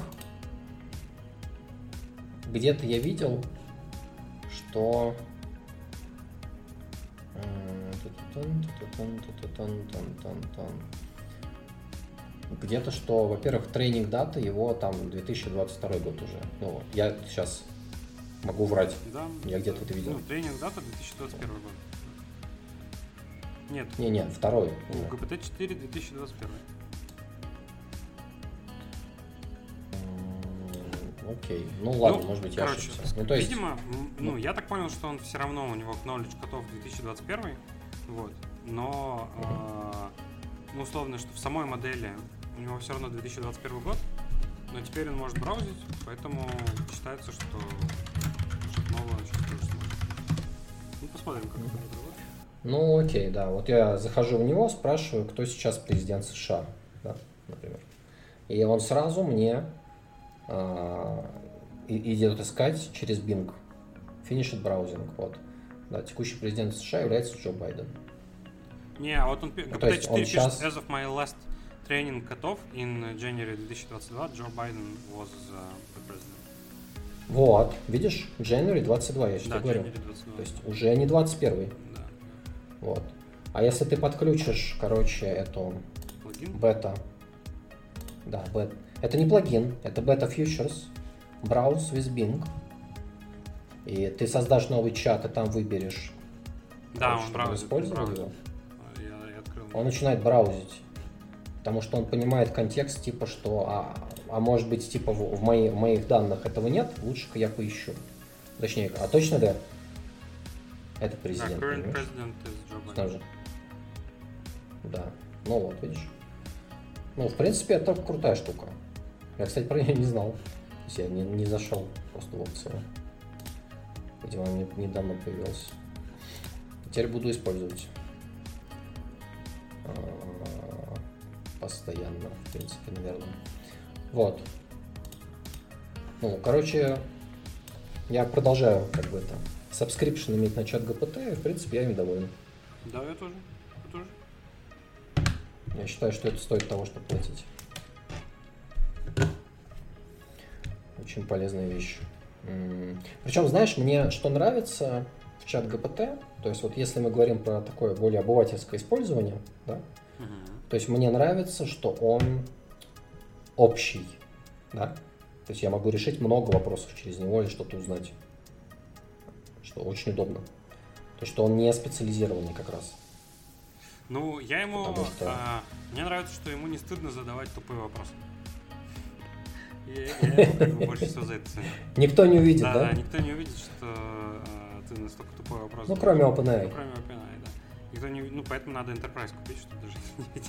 где-то я видел, что где-то, что, во-первых, тренинг дата его там 2022 год уже. Ну, я сейчас могу врать. Да, я где-то это видел. Ну, тренинг дата 2021 год. Нет. Не, второй. GPT-4 2021. Окей. Ну ладно, может быть, я ошибся. Ну, то есть, видимо, я так понял, что он все равно, у него knowledge cutoff 2021, вот, но, ну, условно, что в самой модели у него все равно 2021 год, но теперь он может браузить, поэтому считается, что новое сейчас тоже сможет. Ну, посмотрим, как это будет работать. Ну, окей, да. Вот я захожу в него, спрашиваю, кто сейчас президент США, да, например. И он сразу мне идет искать через Bing. Finished browsing, вот. Да, текущий президент США является Джо Байден. Не, а вот он GPT-4 пишет, as of my last training cut-off in January 2022, Joe Biden was the president. Вот, видишь, January 22, я сейчас говорю. January 22. То есть уже не 21. Да. Вот. А если ты подключишь, короче, эту бета. Да, бета. Это не плагин, это бета Futures. Browse with Bing. И ты создашь новый чат, и там выберешь. Да, он браузит. Использовать его. Я открыл. Он начинает браузить. Потому что он понимает контекст, типа, что, может быть, типа, в моих данных этого нет, лучше-ка я поищу. Точнее, а точно да? Это президент, да, current president is Joe Biden. Да, ну вот, видишь. Ну, в принципе, это крутая штука. Я, кстати, про нее не знал. То есть я не зашел просто в опцию. Видимо, он недавно появился. Теперь буду использовать. Постоянно, в принципе, наверное. Вот. Ну, короче, я продолжаю, как бы это, subscription иметь на чат GPT, и, в принципе, я им доволен. Да, я тоже. Я считаю, что это стоит того, чтобы платить. Очень полезная вещь. Причем, знаешь, мне что нравится в чат GPT, то есть вот если мы говорим про такое более обывательское использование, да, то есть мне нравится, что он общий, да, то есть я могу решить много вопросов через него или что-то узнать, что очень удобно. То есть что он не специализированный как раз. Ну, я ему... мне нравится, что ему не стыдно задавать тупые вопросы. Я ему как бы больше всего за это ценю. Никто не увидит, да? Да, никто не увидит, что ты настолько тупой вопрос. Ну, кроме OpenAI. Ну, кроме OpenAI, да. Никто не... Ну, поэтому надо Enterprise купить, чтобы даже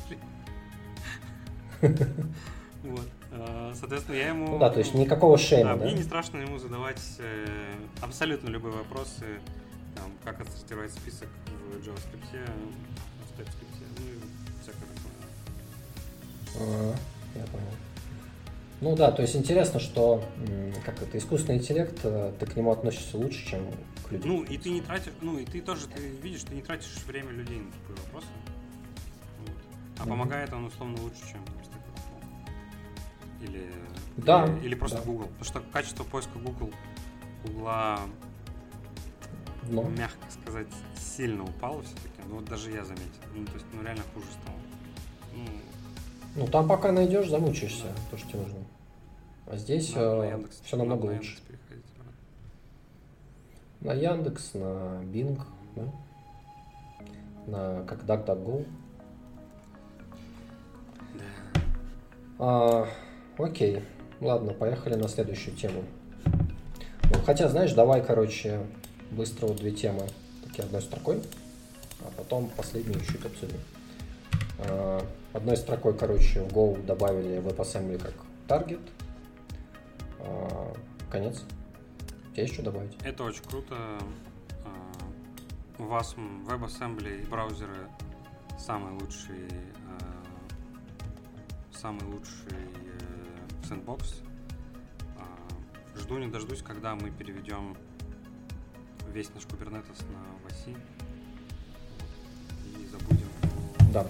не видели. Вот. Соответственно, я ему... Ну да, то есть никакого шейма, да? Мне не страшно ему задавать абсолютно любые вопросы, там, как отсортировать список в JavaScript, в TypeScript, ну и всякое такое. Я понял. Ну да, то есть интересно, что как это, искусственный интеллект, ты к нему относишься лучше, чем к людям. Ну, и ты не тратишь, и ты тоже, ты видишь, ты не тратишь время людей на такие вопросы. Вот. А помогает он условно лучше, чем Stack или просто Google. Потому что качество поиска Google мягко сказать, сильно упало все-таки. Ну вот даже я заметил. Ну, то есть, реально хуже стало. Ну, там пока найдешь, замучаешься, то, что тебе нужно. А здесь все намного лучше. На Яндекс, на Bing, да? На как DuckDuckGo. Да. Окей, ладно, поехали на следующую тему. Ну, хотя, знаешь, давай, короче, быстро вот две темы такие одной строкой, а потом последнюю чуть обсудим. Одной строкой, короче, в Go добавили WebAssembly как таргет. Конец. У тебя есть что добавить? Это очень круто. У вас WebAssembly и браузеры самый лучший сэндбокс. Жду не дождусь, когда мы переведем весь наш Kubernetes на Васи и забудем. Да.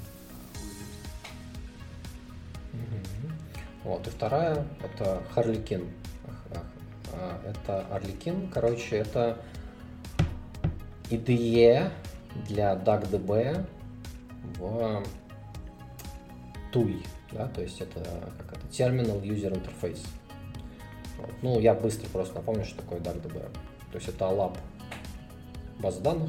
Вот, и вторая — это Harlequin. Это Harlequin, короче, это IDE для DuckDB в TUI, да, то есть это Terminal User Interface. Вот. Ну, я быстро просто напомню, что такое DuckDB. То есть это ALAP база данных,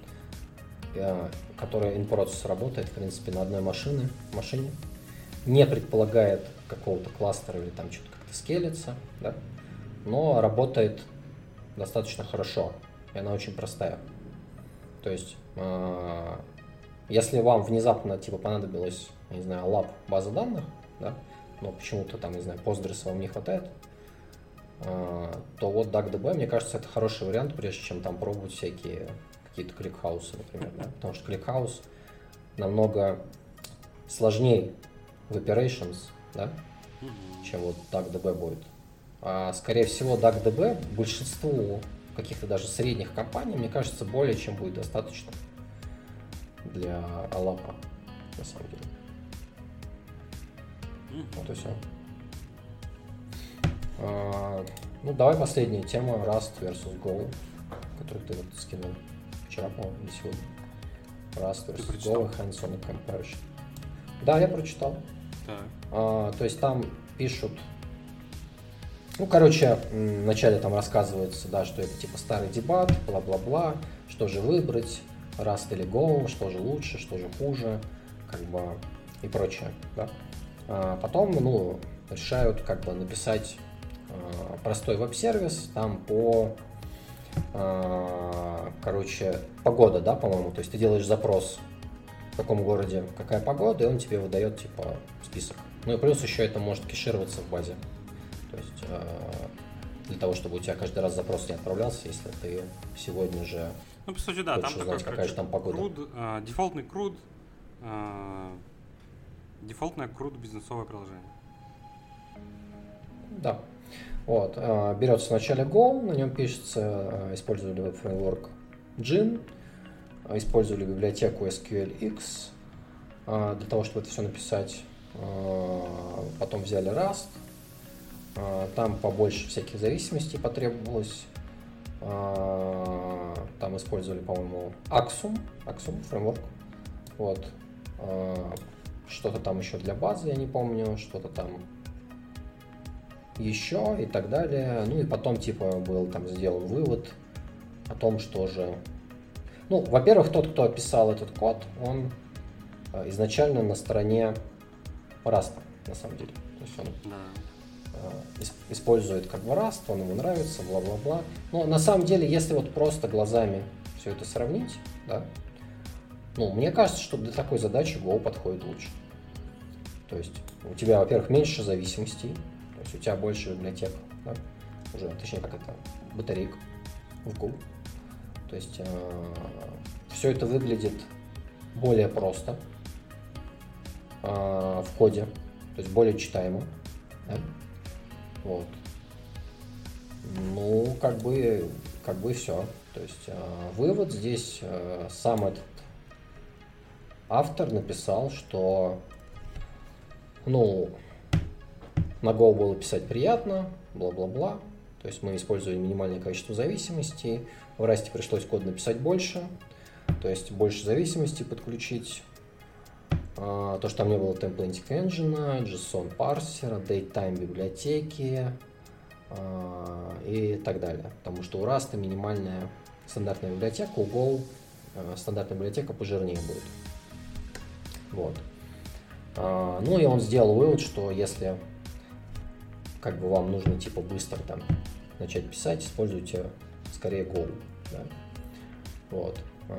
которая in-process работает, в принципе, на одной машине, не предполагает какого-то кластера или там что-то как-то скелется, да, но работает достаточно хорошо, и она очень простая. То есть, если вам внезапно типа понадобилась, я не знаю, лаб база данных, да, но почему-то там, не знаю, Postgres вам не хватает, то вот DuckDB, мне кажется, это хороший вариант, прежде чем там пробовать всякие какие-то кликхаусы, например, да, потому что кликхаус намного сложнее в operations, да, чем вот DuckDB будет. скорее всего, DuckDB большинству каких-то даже средних компаний, мне кажется, более чем будет достаточно для Алапа, на самом деле. Вот и все. Ну, давай последняя тема, Rust versus Go, которую ты вот скинул вчера, по-моему, или сегодня. Rust versus Go, hands-on comparison. Да, я прочитал. То есть там пишут... Ну, короче, вначале там рассказывается, да, что это типа старый дебат, бла-бла-бла, что же выбрать, Rust или Go, что же лучше, что же хуже, как бы, и прочее, да. Потом, ну, решают как бы написать простой веб-сервис, там по, короче, погода, да, по-моему, то есть ты делаешь запрос, в каком городе какая погода, и он тебе выдает, типа, список. Ну и плюс еще это может кешироваться в базе. То есть для того, чтобы у тебя каждый раз запрос не отправлялся, если ты сегодня же ну, по сути, да, там узнать, такой, какая же там погода. Дефолтный CRUD, дефолтное CRUD бизнесовое приложение. Да. Вот. Берется вначале Go, на нем пишется, использовали веб-фреймворк Gin, использовали библиотеку SQLX для того, чтобы это все написать. Потом взяли Rust. Там побольше всяких зависимостей потребовалось. Там использовали, по-моему, Axum фреймворк. Вот. Что-то там еще для базы, я не помню, что-то там еще и так далее. Ну и потом, типа, был там сделан вывод о том, что же... Ну, во-первых, тот, кто описал этот код, он изначально на стороне Rust, на самом деле. То есть он использует как бы Rust, он ему нравится, бла-бла-бла. Но на самом деле, если вот просто глазами все это сравнить, да, ну, мне кажется, что для такой задачи Go подходит лучше. То есть у тебя, во-первых, меньше зависимостей, то есть у тебя больше библиотек, да, уже, точнее, как это, батареек в Go. То есть все это выглядит более просто в коде, то есть более читаемо. Да? Вот. Ну, как бы все. То есть вывод здесь сам этот автор написал, что ну, на Go было писать приятно, бла-бла-бла. То есть мы использовали минимальное количество зависимостей. В Rust пришлось код написать больше, то есть больше зависимостей подключить. То, что там не было templating engine, JSON парсера, datetime библиотеки и так далее. Потому что у Rust минимальная стандартная библиотека, у Go стандартная библиотека пожирнее будет. Вот. Ну и он сделал вывод, что если как бы вам нужно типа быстро там начать писать, используйте скорее Go. Да? Вот.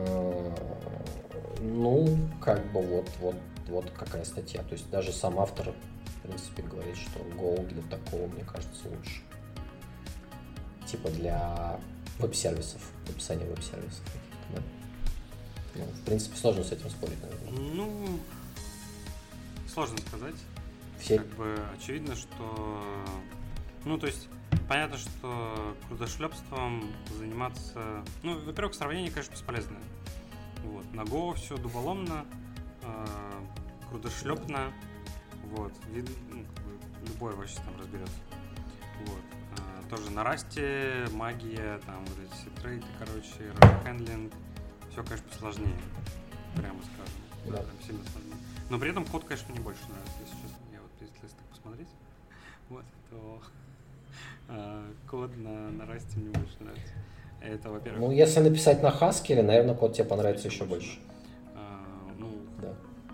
Ну, как бы вот какая статья. То есть даже сам автор, в принципе, говорит, что Go для такого, мне кажется, лучше. Типа для веб-сервисов, написания веб-сервисов. Да? Ну, в принципе, сложно с этим спорить, наверное. Ну, сложно сказать. Как бы очевидно, что... Ну, то есть, понятно, что крудошлепством заниматься... Ну, во-первых, сравнение, конечно, бесполезное. Вот. На Go все дуболомно, крудошлепно. Вот. Ну, как бы любой вообще там разберется. Вот. Тоже на Расте магия, там вот эти все трейды, короче, хендлинг. Все, конечно, посложнее, прямо скажем. Да. Прям сильно сложнее. Но при этом код, конечно, мне больше нравится, если честно. Я вот, если так посмотреть, вот, то код на Расте мне больше нравится. Это, во-первых... Ну, если написать на Haskell, наверное, код тебе понравится еще больше. Ну, да.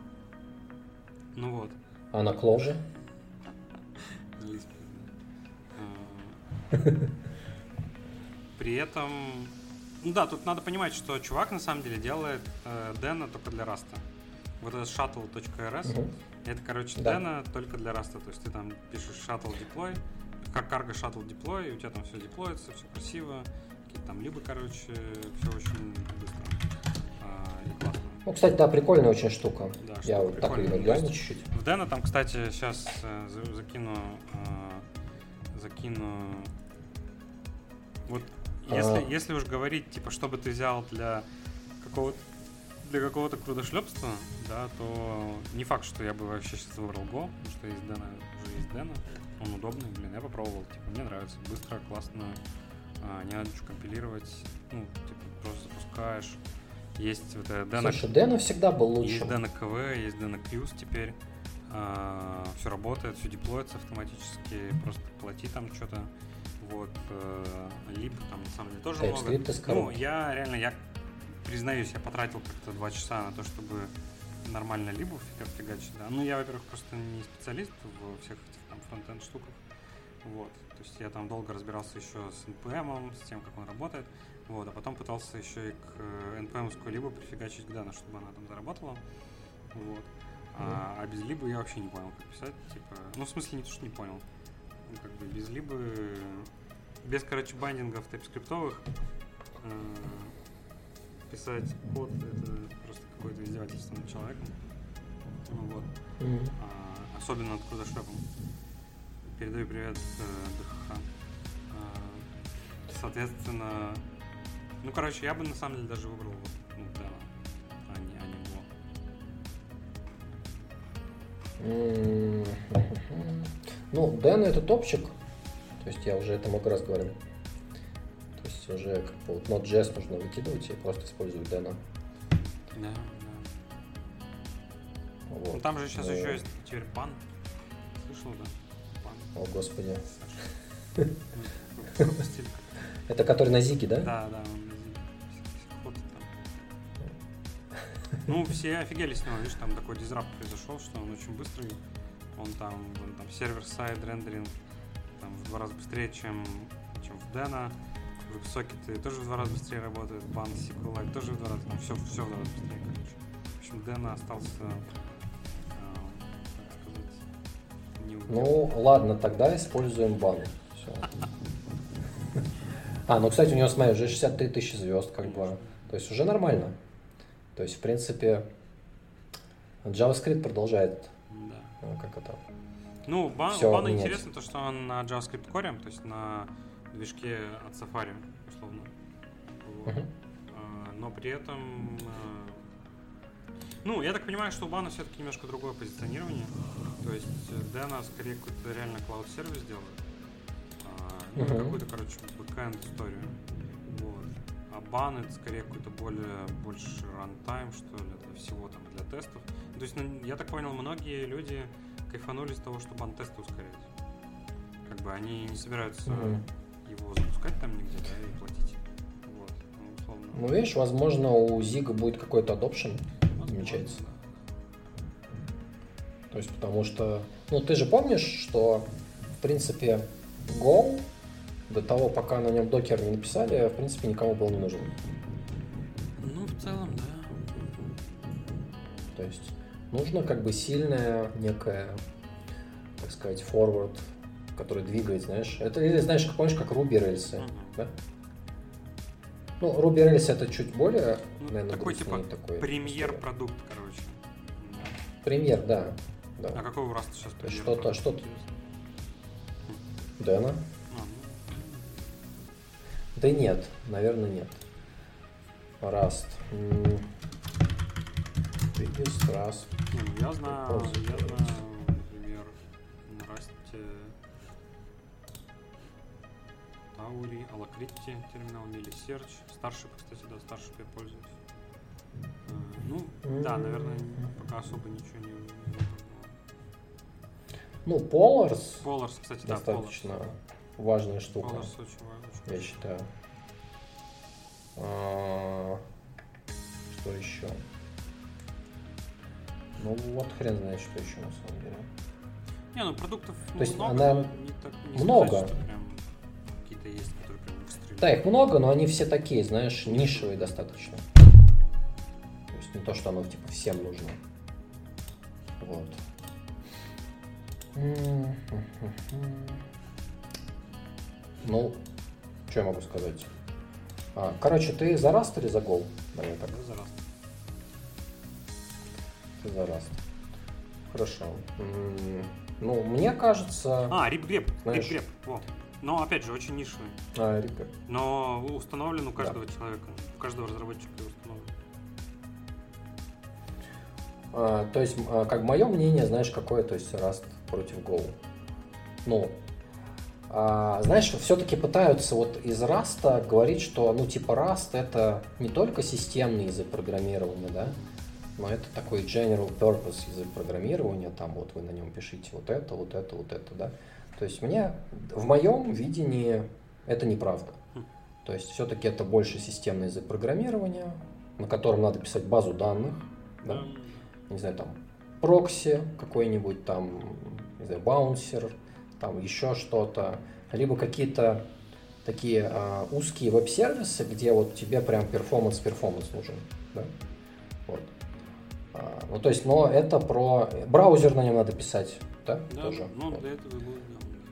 Ну вот. А на Clojure? При этом... Ну да, тут надо понимать, что чувак на самом деле делает Deno только для Rust. Вот этот shuttle.rs, это, короче, Deno только для Rust. То есть ты там пишешь shuttle deploy, как cargo shuttle deploy, и у тебя там все деплоится, все красиво. Какие-то там либо, короче, все очень быстро и классно. Ну, кстати, да, прикольная очень штука. Да, я вот так и гляну чуть-чуть. В Deno там, кстати, сейчас закину. Вот если уж говорить, типа, что бы ты взял для какого-то крудошлепства, да, то не факт, что я бы вообще сейчас выбрал Go, потому что есть Deno, он удобный, блин, я попробовал, типа, мне нравится, быстро, классно, не надо ничего компилировать, ну, типа, просто запускаешь. Есть вот Deno... Слушай, Deno всегда был лучшим. Есть Deno KV, есть Deno Qs теперь, все работает, все деплоится автоматически, просто плати там что-то, вот, либо там на самом деле тоже много. Ну, я признаюсь, я потратил как-то 2 часа на то, чтобы нормально либо фигачить, да. Ну, я, во-первых, просто не специалист в всех этих там фронтенд штуках, вот. То есть я там долго разбирался еще с NPM, с тем, как он работает, вот. А потом пытался еще и к NPM-скую либо прифигачить к Deno, чтобы она там заработала, вот. А без либо я вообще не понял, как писать, типа, ну, в смысле, не то, что не понял, ну, как бы без либо, без, короче, бандингов тайпскриптовых, писать код — это просто какое-то издевательство над человеком. Ну, вот. Особенно над крудошлепом. Передаю привет ДХХ. Соответственно, ну, короче, я бы на самом деле даже выбрал вот, ну, Deno, а не Go. Ну, Deno — это топчик. То есть я уже это много раз говорил. То есть уже как бы вот Node.js нужно выкидывать и просто использовать Deno. Да. Вот. Ну там же сейчас еще есть теперь пан. Слышал, да? Пан. О, господи. Пропустили. Это который на Зиге, да? Да, он на Зиге. Ну, все офигели с него, видишь, там такой дизрапт произошел, что он очень быстрый. Он там сервер-сайд рендеринг там в 2 раза быстрее, чем в Deno. Веб-сокеты тоже в 2 раза быстрее работают, бан SQLite тоже в 2 раза, там все в 2 раза быстрее, короче. В общем, Deno остался, так сказать, не удел. Ну, ладно, тогда используем бан. Все. Ну, кстати, у него, смотри, уже 63 тысячи звезд, как бы. То есть уже нормально. То есть, в принципе, JavaScript продолжает. Да. Как это? Ну, бану интересно то, что он на JavaScript Core, то есть на движке от Safari, условно. Вот. Но при этом... Ну, я так понимаю, что у бана все-таки немножко другое позиционирование. То есть Deno скорее какой-то реально клауд-сервис делает. Ну, какую-то, короче, бэкэнд историю. Вот. А бан — это скорее какой-то больше рантайм, что ли, для всего там, для тестов. То есть, я так понял, многие люди кайфанули с того, что бан тесты ускоряет. Как бы они не собираются его запускать там нигде, да, и платить. Вот. Ну, условно. Ну, видишь, возможно, у Зига будет какой-то adoption, намечается. Да. То есть, потому что, ну, ты же помнишь, что, в принципе, Go до того, пока на нем докер не написали, в принципе, никому был не нужен. Ну, в целом, да. То есть, нужно как бы сильная некая, так сказать, forward, который двигает, знаешь. Это, или, знаешь, помнишь, как Ruby рельсы, да? Ну, Ruby Rails — это чуть более, наверное, такой типа такой премьер-продукт, короче. Премьер, да. А какой у Rust сейчас премьер? Что-то. Deno? Да нет, наверное, нет. Rust. Rust. Я знаю, например, на Rust Tauri, Alacrity терминал, Mili Search. Starship, кстати, да, Starship я пользуюсь. Ну, да, наверное, пока особо ничего не было. Ну, Polars, кстати, достаточно важная штука. Polars очень важная. Я считаю. Что еще? Ну, вот хрен знает, что еще на самом деле. Не, ну продуктов то есть много, она не много. Сказать, что прям какие-то есть, которые прям выстрелили. Да, их много, но они все такие, знаешь, нишевые достаточно. То есть не то, что оно типа всем нужно. Вот. Ну, что я могу сказать? Короче, ты за Rust или за Go? Я за Rust. Ты за Rust. Хорошо. Ну, мне кажется... RipGrep. Вот. Но, опять же, очень нишевый. RipGrep. Но установлен у каждого человека. У каждого разработчика установлен. То есть, как мое мнение, знаешь, какое, то есть Rust против Go. Ну, знаешь, все-таки пытаются вот из Rust говорить, что, ну, типа, Rust это не только системный язык программирования, да, но это такой general purpose язык программирования, там вот вы на нем пишите вот это, да. То есть в моем видении это неправда. То есть все-таки это больше системный язык программирования, на котором надо писать базу данных, да, не знаю, там, прокси какой-нибудь, там, не знаю, баунсер, там еще что-то, либо какие-то такие узкие веб-сервисы, где вот тебе прям перформанс нужен, да? Вот. Ну, то есть, но это про... Браузер на нем надо писать, да? Да, тоже. ну, вот. для этого было,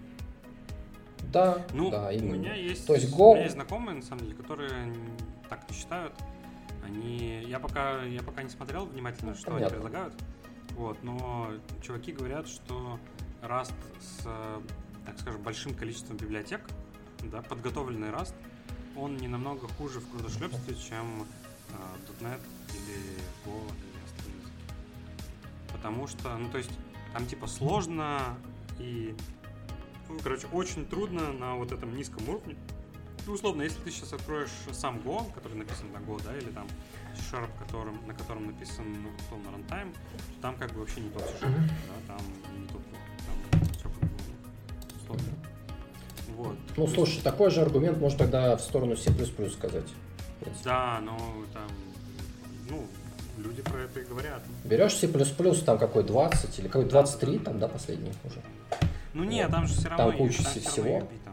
да. Ну, да, именно. у меня есть знакомые, на самом деле, которые так не считают. Я пока не смотрел внимательно, что они предлагают. Вот, но чуваки говорят, что Rust с, так скажем, большим количеством библиотек, да, подготовленный Rust, он не намного хуже в крутошлепстве, чем .NET или Go или остальные языки. Потому что, ну, то есть, там типа сложно и, ну, короче, очень трудно на вот этом низком уровне. Ну, условно, если ты сейчас откроешь сам Go, который написан на Go, да, или там C-Sharp, на котором написан, ну, условно, runtime, то там как бы вообще не тот C-Sharp, да, там не тот Go, там все по-другому, условно. Вот. Ну, слушай, такой же аргумент можно тогда в сторону C++ сказать. Да, но там, ну, люди про это и говорят. Берешь C++, там какой 20 или какой 23, да, там, да, последний уже. Ну, нет, вот. Там же все равно там куча всего. Там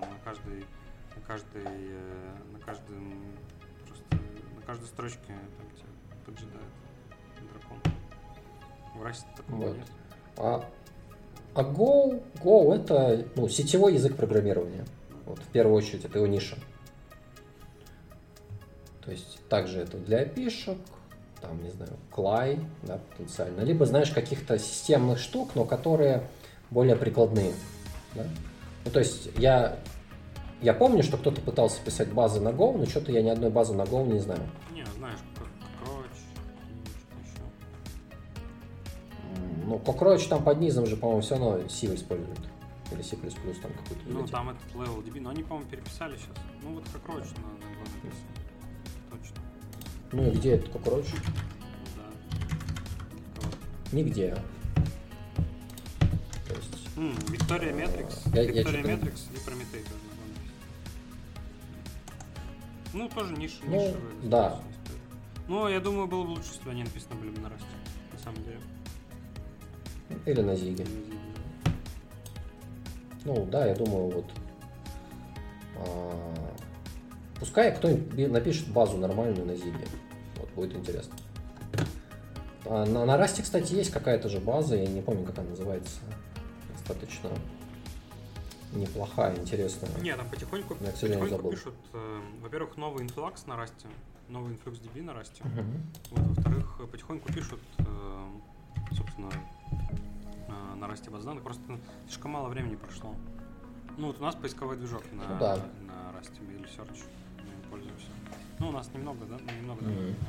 на каждой строчке там тебя поджидает дракон. В Rust такого вот. нет. А Go это, ну, сетевой язык программирования. Вот, в первую очередь, это его ниша. То есть, также это для API-шек, там, не знаю, CLI, да, потенциально. Либо, знаешь, каких-то системных штук, но которые более прикладные. Да? Ну, то есть, я помню, что кто-то пытался писать базы на Go, но что-то я ни одной базы на Go не знаю. Не, знаешь, Cockroach, что-то еще. Ну, Cockroach там под низом же, по-моему, все равно C используют. Или C++ там какой-то. Ну, там этот LevelDB, но они, по-моему, переписали сейчас. Ну, вот Cockroach на Go написано. Точно. Ну, и где этот Cockroach? Да. Нигде. То есть... Victoria Metrics. Victoria Metrics и Prometheus тоже на Go написано. Ну, тоже нишевые. Да. Ну, я думаю, было бы лучше, если бы они написаны были бы на Rust, на самом деле. Или на Zig. Ну, да, я думаю, вот... Пускай кто-нибудь напишет базу нормальную на Zig. Вот, будет интересно. На Rust, кстати, есть какая-то же база, я не помню, как она называется. Достаточно неплохая, интересная. Нет, там потихоньку пишут, во-первых, новый Influx на Rust, новый InfluxDB на Rust. Вот, во-вторых, потихоньку пишут, собственно, на Rust базы данных, просто слишком мало времени прошло. Ну, вот у нас поисковой движок на Rust, или Search, мы им пользуемся. Ну, у нас немного, да? Немного.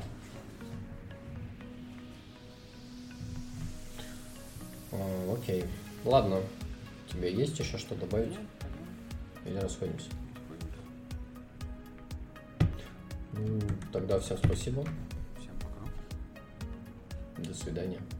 Окей. Ладно. У тебя есть еще что добавить? Нет, или расходимся? Тогда всем спасибо. Всем пока. До свидания.